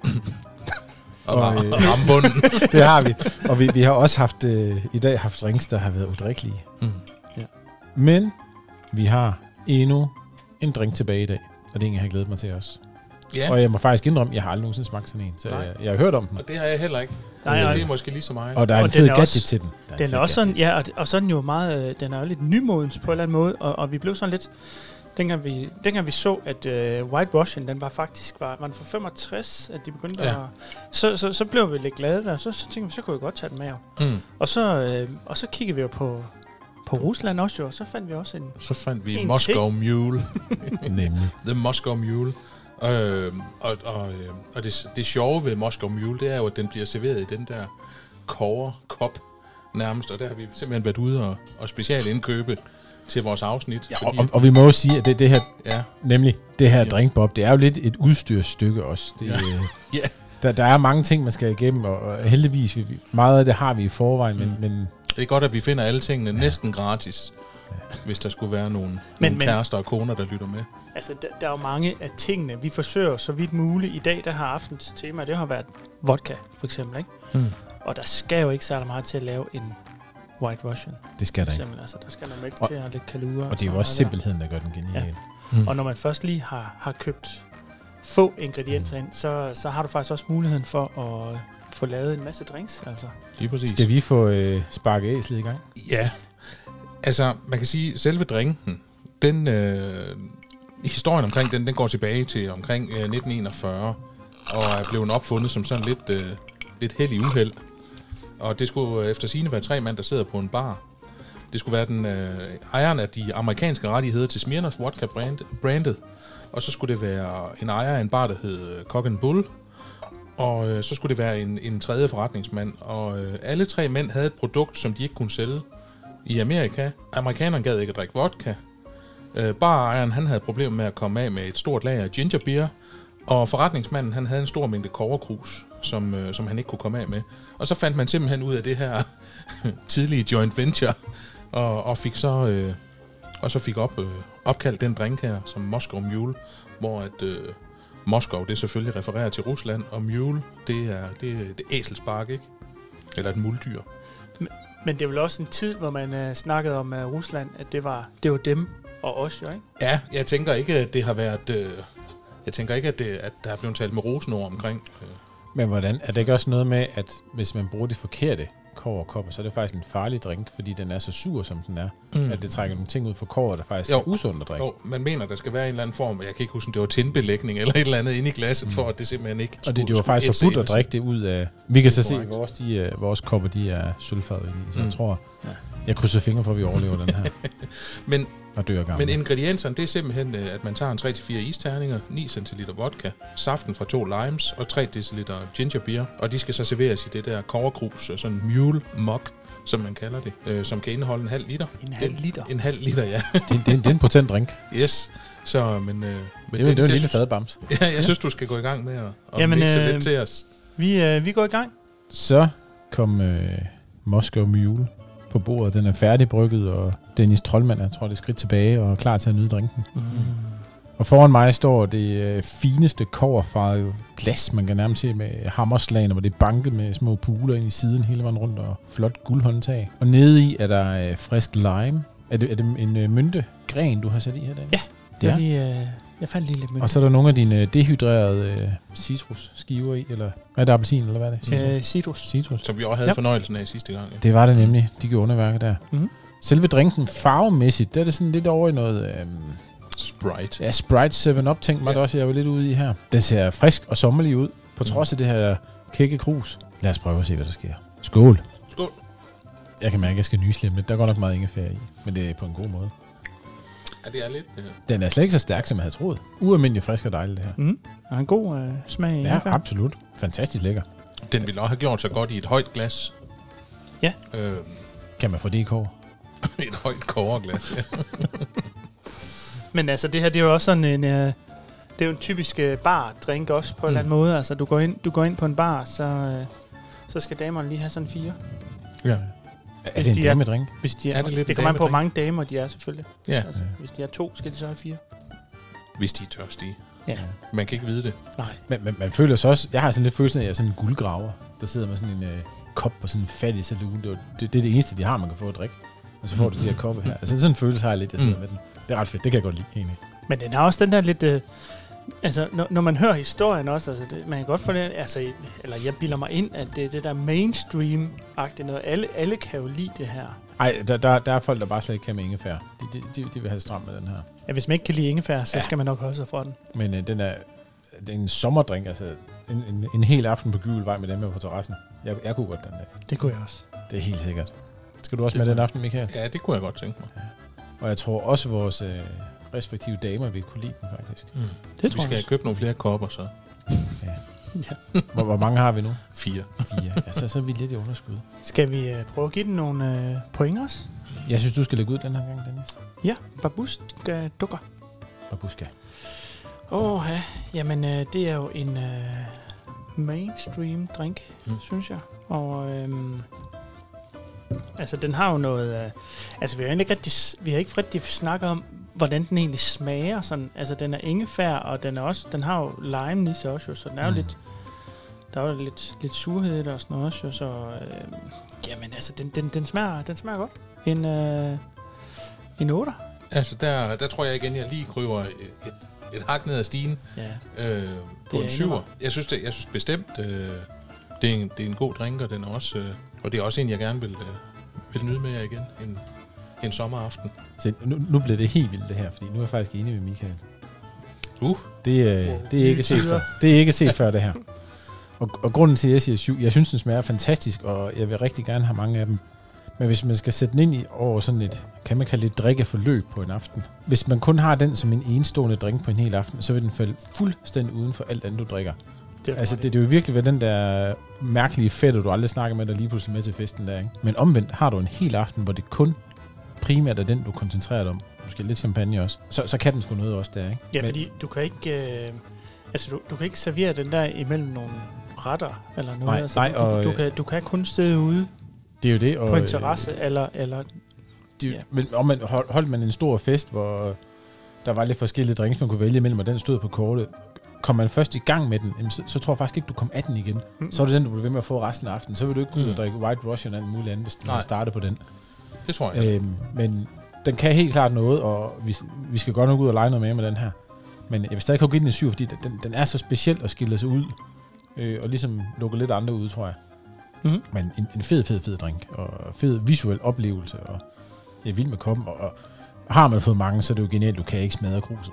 [SPEAKER 3] og, og øh, ramme bunden.
[SPEAKER 1] Det har vi. Og vi, vi har også haft øh, i dag haft drinks, der har været udrikkelige. Mm. Ja. Men vi har endnu en drink tilbage i dag, og det er en, jeg har glædet mig til også. Yeah. Og jeg må faktisk indrømme, jeg har aldrig nogensinde smagt sådan en, så jeg, jeg har hørt om den.
[SPEAKER 3] Og det har jeg heller ikke.
[SPEAKER 2] Nej, nej.
[SPEAKER 3] Det er måske lige så meget.
[SPEAKER 1] Og der er
[SPEAKER 2] og
[SPEAKER 1] en fed gadget
[SPEAKER 2] også,
[SPEAKER 1] til den. Der
[SPEAKER 2] den er også sådan, ja, og, og så er den jo meget, øh, den er jo lidt nymodens på en eller anden måde, og, og vi blev sådan lidt, dengang vi, dengang vi så, at øh, White Russian, den var faktisk, var, var den for femogtres, at de begyndte ja. at, så, så, så blev vi lidt glade der, så, så tænkte vi, så kunne vi godt tage den med. Mm. Og, så, øh, og så kiggede vi jo på, på Rusland også jo, og så fandt vi også en
[SPEAKER 3] Så fandt vi Moscow Mule.
[SPEAKER 1] Nemlig.
[SPEAKER 3] The Moscow Mule. Øh, og og, og det, det sjove ved Moscow Mule, det er jo, at den bliver serveret i den der koger-kop nærmest, og der har vi simpelthen været ude og, og specielt indkøbe til vores afsnit.
[SPEAKER 1] Ja, og, og, og vi må jo sige, at det, det her,
[SPEAKER 3] ja.
[SPEAKER 1] nemlig det her ja. drinkbob, det er jo lidt et udstyrsstykke også. Det,
[SPEAKER 3] ja.
[SPEAKER 1] øh,
[SPEAKER 3] ja.
[SPEAKER 1] der, der er mange ting, man skal igennem, og, og heldigvis, vi, meget af det har vi i forvejen, mm. men, men...
[SPEAKER 3] Det er godt, at vi finder alle tingene ja. næsten gratis, ja. hvis der skulle være nogle, men, nogle kærester og koner, der lytter med.
[SPEAKER 2] Altså, der, der er jo mange af tingene, vi forsøger så vidt muligt. I dag, der har aftens tema, det har været vodka, for eksempel, ikke? Mm. Og der skal jo ikke særlig meget til at lave en White Russian.
[SPEAKER 1] Det skal der ikke.
[SPEAKER 2] Altså, der skal noget mælk til og lidt kalure.
[SPEAKER 1] Og, og det er jo også simpeltheden, der gør den genial.
[SPEAKER 2] Ja. Mm. Og når man først lige har, har købt få ingredienser mm. ind, så, så har du faktisk også muligheden for at få lavet en masse drinks. Altså.
[SPEAKER 3] Lige præcis.
[SPEAKER 1] Skal vi få øh, sparket æslet i gang?
[SPEAKER 3] Ja. Altså, man kan sige, selve drinken, den... Øh, historien omkring den, den går tilbage til omkring øh, nitten enogfyrre, og er blevet opfundet som sådan lidt, øh, lidt held i uheld. Og det skulle efter sigende være tre mænd, der sidder på en bar. Det skulle være den øh, ejeren af de amerikanske rettigheder til Smirnoff Vodka brand, brandet, og så skulle det være en ejer af en bar, der hed Cock and Bull, og øh, så skulle det være en, en tredje forretningsmand. Og øh, alle tre mænd havde et produkt, som de ikke kunne sælge i Amerika. Amerikanerne gad ikke at drikke vodka. Uh, barejeren, han havde problemer med at komme af med et stort lager af ginger beer, og forretningsmanden, han havde en stor mængde kobberkrus, som, uh, som han ikke kunne komme af med. Og så fandt man simpelthen ud af det her tidlige joint venture, og, og fik så uh, og så fik op, uh, opkaldt den drink her som Moscow Mule, hvor at uh, Moskov, det selvfølgelig refererer til Rusland, og Mule, det er det, det æselspark, ikke? Eller et muldyr.
[SPEAKER 2] Men, men det er vel også en tid, hvor man uh, snakkede om uh, Rusland, at det var, det var dem, og os, jo, ikke?
[SPEAKER 3] Ja, jeg tænker ikke, at det har været... Øh, jeg tænker ikke, at, det, at der er blevet talt med rosenord omkring. Øh.
[SPEAKER 1] Men hvordan? Er det ikke også noget med, at hvis man bruger det forkerte kobberkopper, så er det faktisk en farlig drink, fordi den er så sur, som den er, mm. at det trækker nogle ting ud fra kobber, der faktisk jo. er usundt at drikke.
[SPEAKER 3] Jo, man mener, der skal være en eller anden form, jeg kan ikke huske, om det var tindbelægning eller et eller andet inde i glasset, mm. for at det simpelthen ikke skulle...
[SPEAKER 1] Og det, det var faktisk forbudt at drikke det ud af... Vi kan så se, at vores, de, vores kopper, de er sølvfarvede i, så mm. jeg tror, ja. jeg krydser fingre for, at vi overlever den her.
[SPEAKER 3] Men
[SPEAKER 1] og dør gammel.
[SPEAKER 3] Men ingredienserne, det er simpelthen, at man tager en tre til fire isterninger, ni centiliter vodka, saften fra to limes og tre deciliter ginger beer. Og de skal så serveres i det der kobberkrus, sådan mule mug, som man kalder det, øh, som kan indeholde en halv liter.
[SPEAKER 2] En halv liter?
[SPEAKER 3] En, en halv liter, ja.
[SPEAKER 1] det, det, det er en potent drink.
[SPEAKER 3] Yes. Så, men, øh, men
[SPEAKER 1] det, det, det er en lille fadbams.
[SPEAKER 3] Ja, jeg ja. synes, du skal gå i gang med at, at
[SPEAKER 2] Jamen,
[SPEAKER 3] mixe
[SPEAKER 2] øh,
[SPEAKER 3] lidt til os.
[SPEAKER 2] Vi, øh, vi går i gang.
[SPEAKER 1] Så kom øh, Moscow Mule på bordet. Den er færdigbrygget, og Dennis Troldmand er, tror jeg, det skridt tilbage og er klar til at nyde drinken. Mm. Og foran mig står det øh, fineste kobberfarvede glas, man kan nærmest se med hammerslagene, hvor det er banket med små puler ind i siden hele vejen rundt og flot guldhåndtag. Og nede i er der øh, frisk lime. Er det, er det en øh, myntegren, du har sat i her, Dennis?
[SPEAKER 2] Ja, det er lige, øh, jeg fandt lige lidt mynte.
[SPEAKER 1] Og så er der nogle af dine dehydrerede øh, citrusskiver i, eller er det appelsin, eller hvad er det?
[SPEAKER 2] Øh, citrus.
[SPEAKER 1] Citrus.
[SPEAKER 3] Som vi også havde ja. fornøjelsen af sidste gang. Ja.
[SPEAKER 1] Det var det nemlig. De gjorde underværker der. Mm-hmm. Selve drinken farvemæssigt, der er det sådan lidt over i noget... Øh,
[SPEAKER 3] Sprite.
[SPEAKER 1] Ja, Sprite seven up tænkte mig ja. også, jeg var lidt ude i her. Den ser frisk og sommerlig ud, på trods af det her kække krus. Lad os prøve at se, hvad der sker. Skål.
[SPEAKER 3] Skål.
[SPEAKER 1] Jeg kan mærke, at jeg skal nyse lidt. Der går nok meget ingefær i, men det er på en god måde.
[SPEAKER 3] Ja, det er lidt... Ja.
[SPEAKER 1] Den er slet ikke så stærk, som jeg havde troet. Ualmindelig frisk og dejligt, det her.
[SPEAKER 2] Mm. Der er en god øh, smag i
[SPEAKER 1] Ja, ingefær. Absolut. Fantastisk lækker.
[SPEAKER 3] Den ville også have gjort så godt i et højt glas.
[SPEAKER 2] Ja.
[SPEAKER 3] Øh,
[SPEAKER 1] kan man få det i kår?
[SPEAKER 3] et højt kåreglas, ja.
[SPEAKER 2] Men altså, det her, det er jo også sådan en... Øh, det er jo en typisk øh, bar-drink også, på mm. en eller anden måde. Altså, du går ind, du går ind på en bar, så, øh, så skal damerne lige have sådan fire.
[SPEAKER 1] Ja. Er det en
[SPEAKER 2] de
[SPEAKER 1] damedrink?
[SPEAKER 2] Er, hvis de er,
[SPEAKER 3] Er det lidt
[SPEAKER 2] det
[SPEAKER 3] en
[SPEAKER 2] kommer an på, hvor
[SPEAKER 3] damedrink?
[SPEAKER 2] mange damer de er, selvfølgelig.
[SPEAKER 3] Ja,
[SPEAKER 2] Altså, hvis de er to, skal de så have fire.
[SPEAKER 3] hvis de er tørstige.
[SPEAKER 2] Ja.
[SPEAKER 3] Man kan ikke vide det.
[SPEAKER 2] Nej.
[SPEAKER 1] Men, men man føler så også... Jeg har sådan lidt følelsen af, at jeg er sådan en guldgraver, der sidder med sådan en øh, kop på sådan en fattig saloon. Det, det, det er det eneste, de har, man kan få at drikke. Og så får du de her koppe her. Altså sådan en følelse har jeg lidt, jeg sidder
[SPEAKER 3] Mm.
[SPEAKER 1] med den. Det er ret fedt, det kan jeg godt lide, egentlig.
[SPEAKER 2] Men den har også den der lidt... Øh, altså, når, når man hører historien også, altså det, man kan godt få det... Altså, eller jeg bilder mig ind, at det er det der mainstream-agtige noget. Alle, alle kan jo lide det her.
[SPEAKER 1] Ej, der, der, der er folk, der bare slet ikke kan med ingefær. De, de, de, de vil have det stramt med den her.
[SPEAKER 2] Ja, hvis man ikke kan lide ingefær, så
[SPEAKER 1] Ja.
[SPEAKER 2] skal man nok holde sig fra den.
[SPEAKER 1] Men øh, den er, det er en sommerdrink, altså en, en, en hel aften på Gyvelvej med dem her på terrassen. Jeg, jeg kunne godt den dag.
[SPEAKER 2] Det kunne jeg også.
[SPEAKER 1] Det er helt sikkert. Skal du også
[SPEAKER 3] Det
[SPEAKER 1] med
[SPEAKER 3] kunne
[SPEAKER 1] den aften, Michael?
[SPEAKER 3] Ja, det kunne jeg godt tænke mig.
[SPEAKER 1] Og jeg tror også, vores øh, respektive damer vil kunne lide den, faktisk.
[SPEAKER 3] Mm.
[SPEAKER 2] Det
[SPEAKER 3] Vi
[SPEAKER 2] tror
[SPEAKER 3] skal
[SPEAKER 2] jeg
[SPEAKER 3] have købt nogle flere kopper, så
[SPEAKER 2] Ja.
[SPEAKER 1] Hvor, hvor mange har vi nu?
[SPEAKER 3] fire.
[SPEAKER 1] Fire. Ja, så, så er vi lidt i underskud.
[SPEAKER 2] Skal vi øh, prøve at give den nogle øh, point også?
[SPEAKER 1] Jeg synes, du skal lægge ud den her gang, Dennis.
[SPEAKER 2] Ja, babuska dukker.
[SPEAKER 1] Babuska.
[SPEAKER 2] Åh, ja. Jamen, øh, det er jo en øh, mainstream drink,
[SPEAKER 3] Mm.
[SPEAKER 2] mm. synes jeg. Og øhm, altså, den har jo noget... Øh, altså, vi har egentlig ikke rigtig, s- vi har ikke rigtig snakket om, hvordan den egentlig smager. Sådan. Altså, den er ingefær, og den er også, den har jo lime i sig også, jo, så den er jo
[SPEAKER 1] Mm.
[SPEAKER 2] lidt... Der er jo lidt, lidt surhed i det og sådan noget også, jo, så... Øh, jamen, altså, den, den, den, smager, den smager godt. En, øh, en otter.
[SPEAKER 3] Altså, der, der tror jeg igen, jeg lige kryber et, et, et hak ned ad stigen
[SPEAKER 2] Ja.
[SPEAKER 3] øh, på
[SPEAKER 2] er
[SPEAKER 3] en syver.
[SPEAKER 2] endnu.
[SPEAKER 3] Jeg synes, det, jeg synes bestemt, øh, det, er en, det er en god drink, og den er også, øh, og det er også en, jeg gerne vil, øh, vil nyde med jer igen en, en sommeraften.
[SPEAKER 1] Så nu, nu bliver det helt vildt det her, fordi nu er jeg faktisk enig med Michael.
[SPEAKER 3] Uh,
[SPEAKER 1] Det, øh,
[SPEAKER 2] Wow.
[SPEAKER 1] det, er ikke
[SPEAKER 2] Nye
[SPEAKER 1] set
[SPEAKER 2] tider.
[SPEAKER 1] før. Det er ikke set før, det her. Og, og grunden til, at jeg siger syv, jeg synes, den smager fantastisk, og jeg vil rigtig gerne have mange af dem. Men hvis man skal sætte den ind i over sådan et, kan man kalde det et drikkeforløb på en aften. Hvis man kun har den som en enestående drink på en hel aften, så vil den falde fuldstændig uden for alt andet, du drikker.
[SPEAKER 2] Det er
[SPEAKER 1] Altså,
[SPEAKER 2] ret
[SPEAKER 1] det, det er jo virkelig ved den der mærkelige fætter, du aldrig snakker med, der lige pludselig med til festen der, ikke? Men omvendt har du en hel aften, hvor det kun primært er den, du koncentrerer dig om. Måske lidt champagne også. Så, så kan den sgu noget også der, ikke?
[SPEAKER 2] Ja,
[SPEAKER 1] Men-
[SPEAKER 2] fordi du kan ikke... Øh, altså, du, du kan ikke servere den der imellem nogle retter eller noget.
[SPEAKER 1] Nej,
[SPEAKER 2] altså,
[SPEAKER 1] nej,
[SPEAKER 2] du,
[SPEAKER 1] og-
[SPEAKER 2] du, du, kan, du kan kun sidde ude
[SPEAKER 1] Det er jo det. Og,
[SPEAKER 2] på en terrasse, eller... eller
[SPEAKER 1] Det,
[SPEAKER 2] Ja.
[SPEAKER 1] ja. Men om man hold, holdt man en stor fest, hvor der var lidt forskellige drinks, man kunne vælge imellem, og den stod på kortet. Kom man først i gang med den, jamen, så, så tror jeg faktisk ikke, du kom af den igen.
[SPEAKER 2] Mm.
[SPEAKER 1] Så er det den, du bliver ved med at få resten af aftenen. Så vil du ikke gå ud
[SPEAKER 3] Mm.
[SPEAKER 1] og drikke White Russian og alt muligt andet, hvis du
[SPEAKER 3] Nej.
[SPEAKER 1] starter på den.
[SPEAKER 3] det tror jeg.
[SPEAKER 1] Øhm, men den kan helt klart noget, og vi, vi skal godt nok ud og lege noget mere med den her. Men jeg vil stadig kunne give den en syv, fordi den, den er så speciel og skiller sig ud. Øh, og ligesom lukker lidt andre ud, tror jeg.
[SPEAKER 2] Mm.
[SPEAKER 1] Men en, en fed, fed, fed drink. Og fed visuel oplevelse. Og jeg er vild med koppen. Og, og har man fået mange, så er det jo genialt, du kan ikke smadre kruset.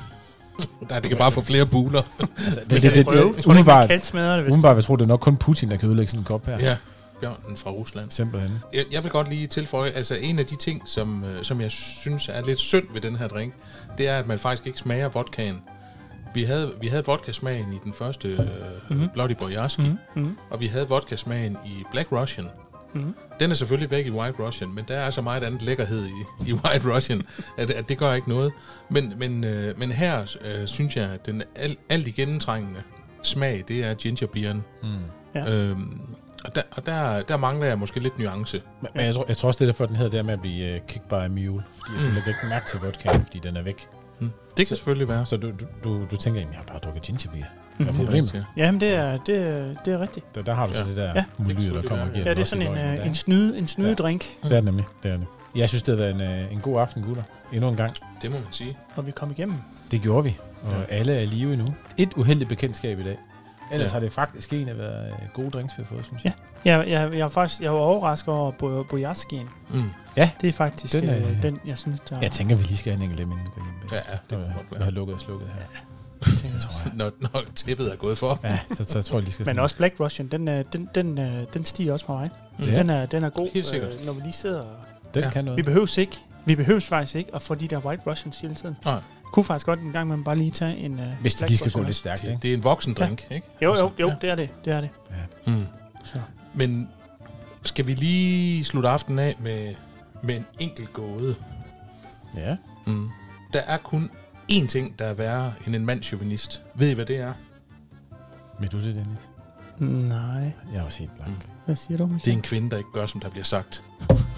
[SPEAKER 3] Der, det kan bare få flere buler.
[SPEAKER 1] Altså,
[SPEAKER 2] Vi
[SPEAKER 1] det,
[SPEAKER 2] kan
[SPEAKER 1] det, det,
[SPEAKER 2] prøve. Jeg
[SPEAKER 1] det,
[SPEAKER 2] tror ikke,
[SPEAKER 1] umiddelbart,
[SPEAKER 2] man kan smadre det, hvis
[SPEAKER 1] umiddelbart vil jeg tro, det er nok kun Putin, der kan ødelægge sådan en kop her.
[SPEAKER 3] Ja, bjørnen fra Rusland.
[SPEAKER 1] Simpelthen.
[SPEAKER 3] Jeg, jeg vil godt lige tilføje, altså en af de ting, som, øh, som jeg synes er lidt synd ved den her drink, det er, at man faktisk ikke smager vodkaen. Vi havde, vi havde vodka-smagen i den første øh,
[SPEAKER 2] Mhm.
[SPEAKER 3] Bloody Boyarski,
[SPEAKER 2] Mm. Mm.
[SPEAKER 3] og vi havde vodka-smagen i Black Russian.
[SPEAKER 2] Mm.
[SPEAKER 3] Den er selvfølgelig væk i White Russian, men der er så meget andet lækkerhed i, i White Russian, at, at det gør ikke noget. Men, men, øh, men her øh, synes jeg, at den al, alt igennemtrængende smag, det er gingerbeeren.
[SPEAKER 1] Mm.
[SPEAKER 2] Ja.
[SPEAKER 3] Øhm, og der, og der, der mangler jeg måske lidt nuance.
[SPEAKER 1] Men, men jeg, tror, jeg tror også, det er derfor, den hedder det med at blive uh, kicked by a mule. Fordi mm.
[SPEAKER 3] Mm.
[SPEAKER 1] du lægger ikke mærke til vodkaen, fordi den er væk.
[SPEAKER 3] Hmm. Det kan selvfølgelig være.
[SPEAKER 1] Så du, du, du, du tænker, jamen, jeg har bare drukket gingerbeer.
[SPEAKER 2] Mm.
[SPEAKER 1] Hvad er
[SPEAKER 3] Det er
[SPEAKER 1] problemet?
[SPEAKER 3] rigtigt,
[SPEAKER 2] Jamen, det er, det, er, det er rigtigt.
[SPEAKER 1] Der, der har du
[SPEAKER 3] Ja.
[SPEAKER 1] så det der
[SPEAKER 2] Ja.
[SPEAKER 1] ja.
[SPEAKER 3] Det
[SPEAKER 1] molyr,
[SPEAKER 3] kan
[SPEAKER 1] der kommer og giver
[SPEAKER 2] Ja,
[SPEAKER 1] den
[SPEAKER 2] det er
[SPEAKER 1] også
[SPEAKER 2] sådan
[SPEAKER 1] i
[SPEAKER 2] en,
[SPEAKER 1] løgnen
[SPEAKER 2] øh,
[SPEAKER 1] der,
[SPEAKER 2] en,
[SPEAKER 1] ikke?
[SPEAKER 2] snyde, en snydedrink,
[SPEAKER 1] Det er det nemlig. Det er det. Jeg synes, det har været en, øh, en god aften, gutter. Endnu en gang.
[SPEAKER 3] det må man sige.
[SPEAKER 2] og vi kom igennem.
[SPEAKER 1] Det gjorde vi. Og
[SPEAKER 3] Ja.
[SPEAKER 1] alle er i live endnu. Et uheldigt bekendtskab i dag. Ellers
[SPEAKER 3] Ja.
[SPEAKER 1] har det faktisk en af været øh, gode drinks, vi har fået, synes jeg.
[SPEAKER 2] Jeg, jeg, jeg, var faktisk, jeg var overrasket over Bo- Bojarskien.
[SPEAKER 3] Mm.
[SPEAKER 2] Det er faktisk
[SPEAKER 1] Den
[SPEAKER 2] den,
[SPEAKER 1] er-
[SPEAKER 2] øh, den jeg synes, der
[SPEAKER 1] Jeg tænker, vi lige skal have en enkelt lem, inden vi går hjem.
[SPEAKER 3] Ja, ja, det
[SPEAKER 1] det
[SPEAKER 3] må
[SPEAKER 1] var,
[SPEAKER 3] godt
[SPEAKER 1] vi
[SPEAKER 3] være.
[SPEAKER 1] har lukket og slukket her.
[SPEAKER 2] jeg tænker
[SPEAKER 1] Det tror
[SPEAKER 2] også.
[SPEAKER 1] jeg.
[SPEAKER 3] Når, når tæppet er gået for.
[SPEAKER 1] Ja, så, så jeg tror jeg lige skal...
[SPEAKER 2] Men også Black Russian, den, øh, den, den, øh, den stiger også på mig.
[SPEAKER 3] Mm.
[SPEAKER 1] Ja.
[SPEAKER 2] Den, er, den er god,
[SPEAKER 3] Helt sikkert.
[SPEAKER 2] øh, når vi lige sidder og...
[SPEAKER 1] Den
[SPEAKER 3] Ja.
[SPEAKER 1] kan noget.
[SPEAKER 2] Vi behøves ikke, vi behøves faktisk ikke at få de der White Russians hele tiden.
[SPEAKER 3] Nej.
[SPEAKER 2] Kunne faktisk godt en gang med bare lige tage en uh,
[SPEAKER 1] Hvis det lige skal gå lidt stærkt,
[SPEAKER 3] Det,
[SPEAKER 1] ikke?
[SPEAKER 3] det er en voksen drink, ikke?
[SPEAKER 2] Jo, jo,
[SPEAKER 3] Altså,
[SPEAKER 2] jo,
[SPEAKER 3] ja.
[SPEAKER 2] det er det. Det er det.
[SPEAKER 3] Mm.
[SPEAKER 2] Så.
[SPEAKER 3] Men skal vi lige slutte aftenen af med, med en enkelt gåde?
[SPEAKER 1] Ja.
[SPEAKER 3] Mm. Der er kun én ting, der er værre end en mandschauvinist. Ved I, hvad det er?
[SPEAKER 1] Vil du det, Dennis?
[SPEAKER 2] Nej.
[SPEAKER 1] Jeg er også helt blank.
[SPEAKER 3] Mm.
[SPEAKER 2] Hvad siger du, Michael?
[SPEAKER 3] Det er en kvinde, der ikke gør, som der bliver sagt.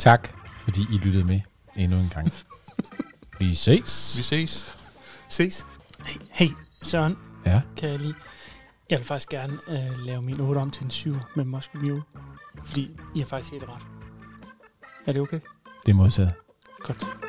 [SPEAKER 1] tak, fordi I lyttede med endnu en gang. Vi ses.
[SPEAKER 3] Vi ses.
[SPEAKER 4] Ses.
[SPEAKER 2] Hey, hey Søren,
[SPEAKER 1] Ja.
[SPEAKER 2] kan jeg lige... Jeg vil faktisk gerne øh, lave min otte om til en syv med Muscle Mule. Fordi I har faktisk helt ret. Er det okay?
[SPEAKER 1] Det er modtaget.
[SPEAKER 2] Godt.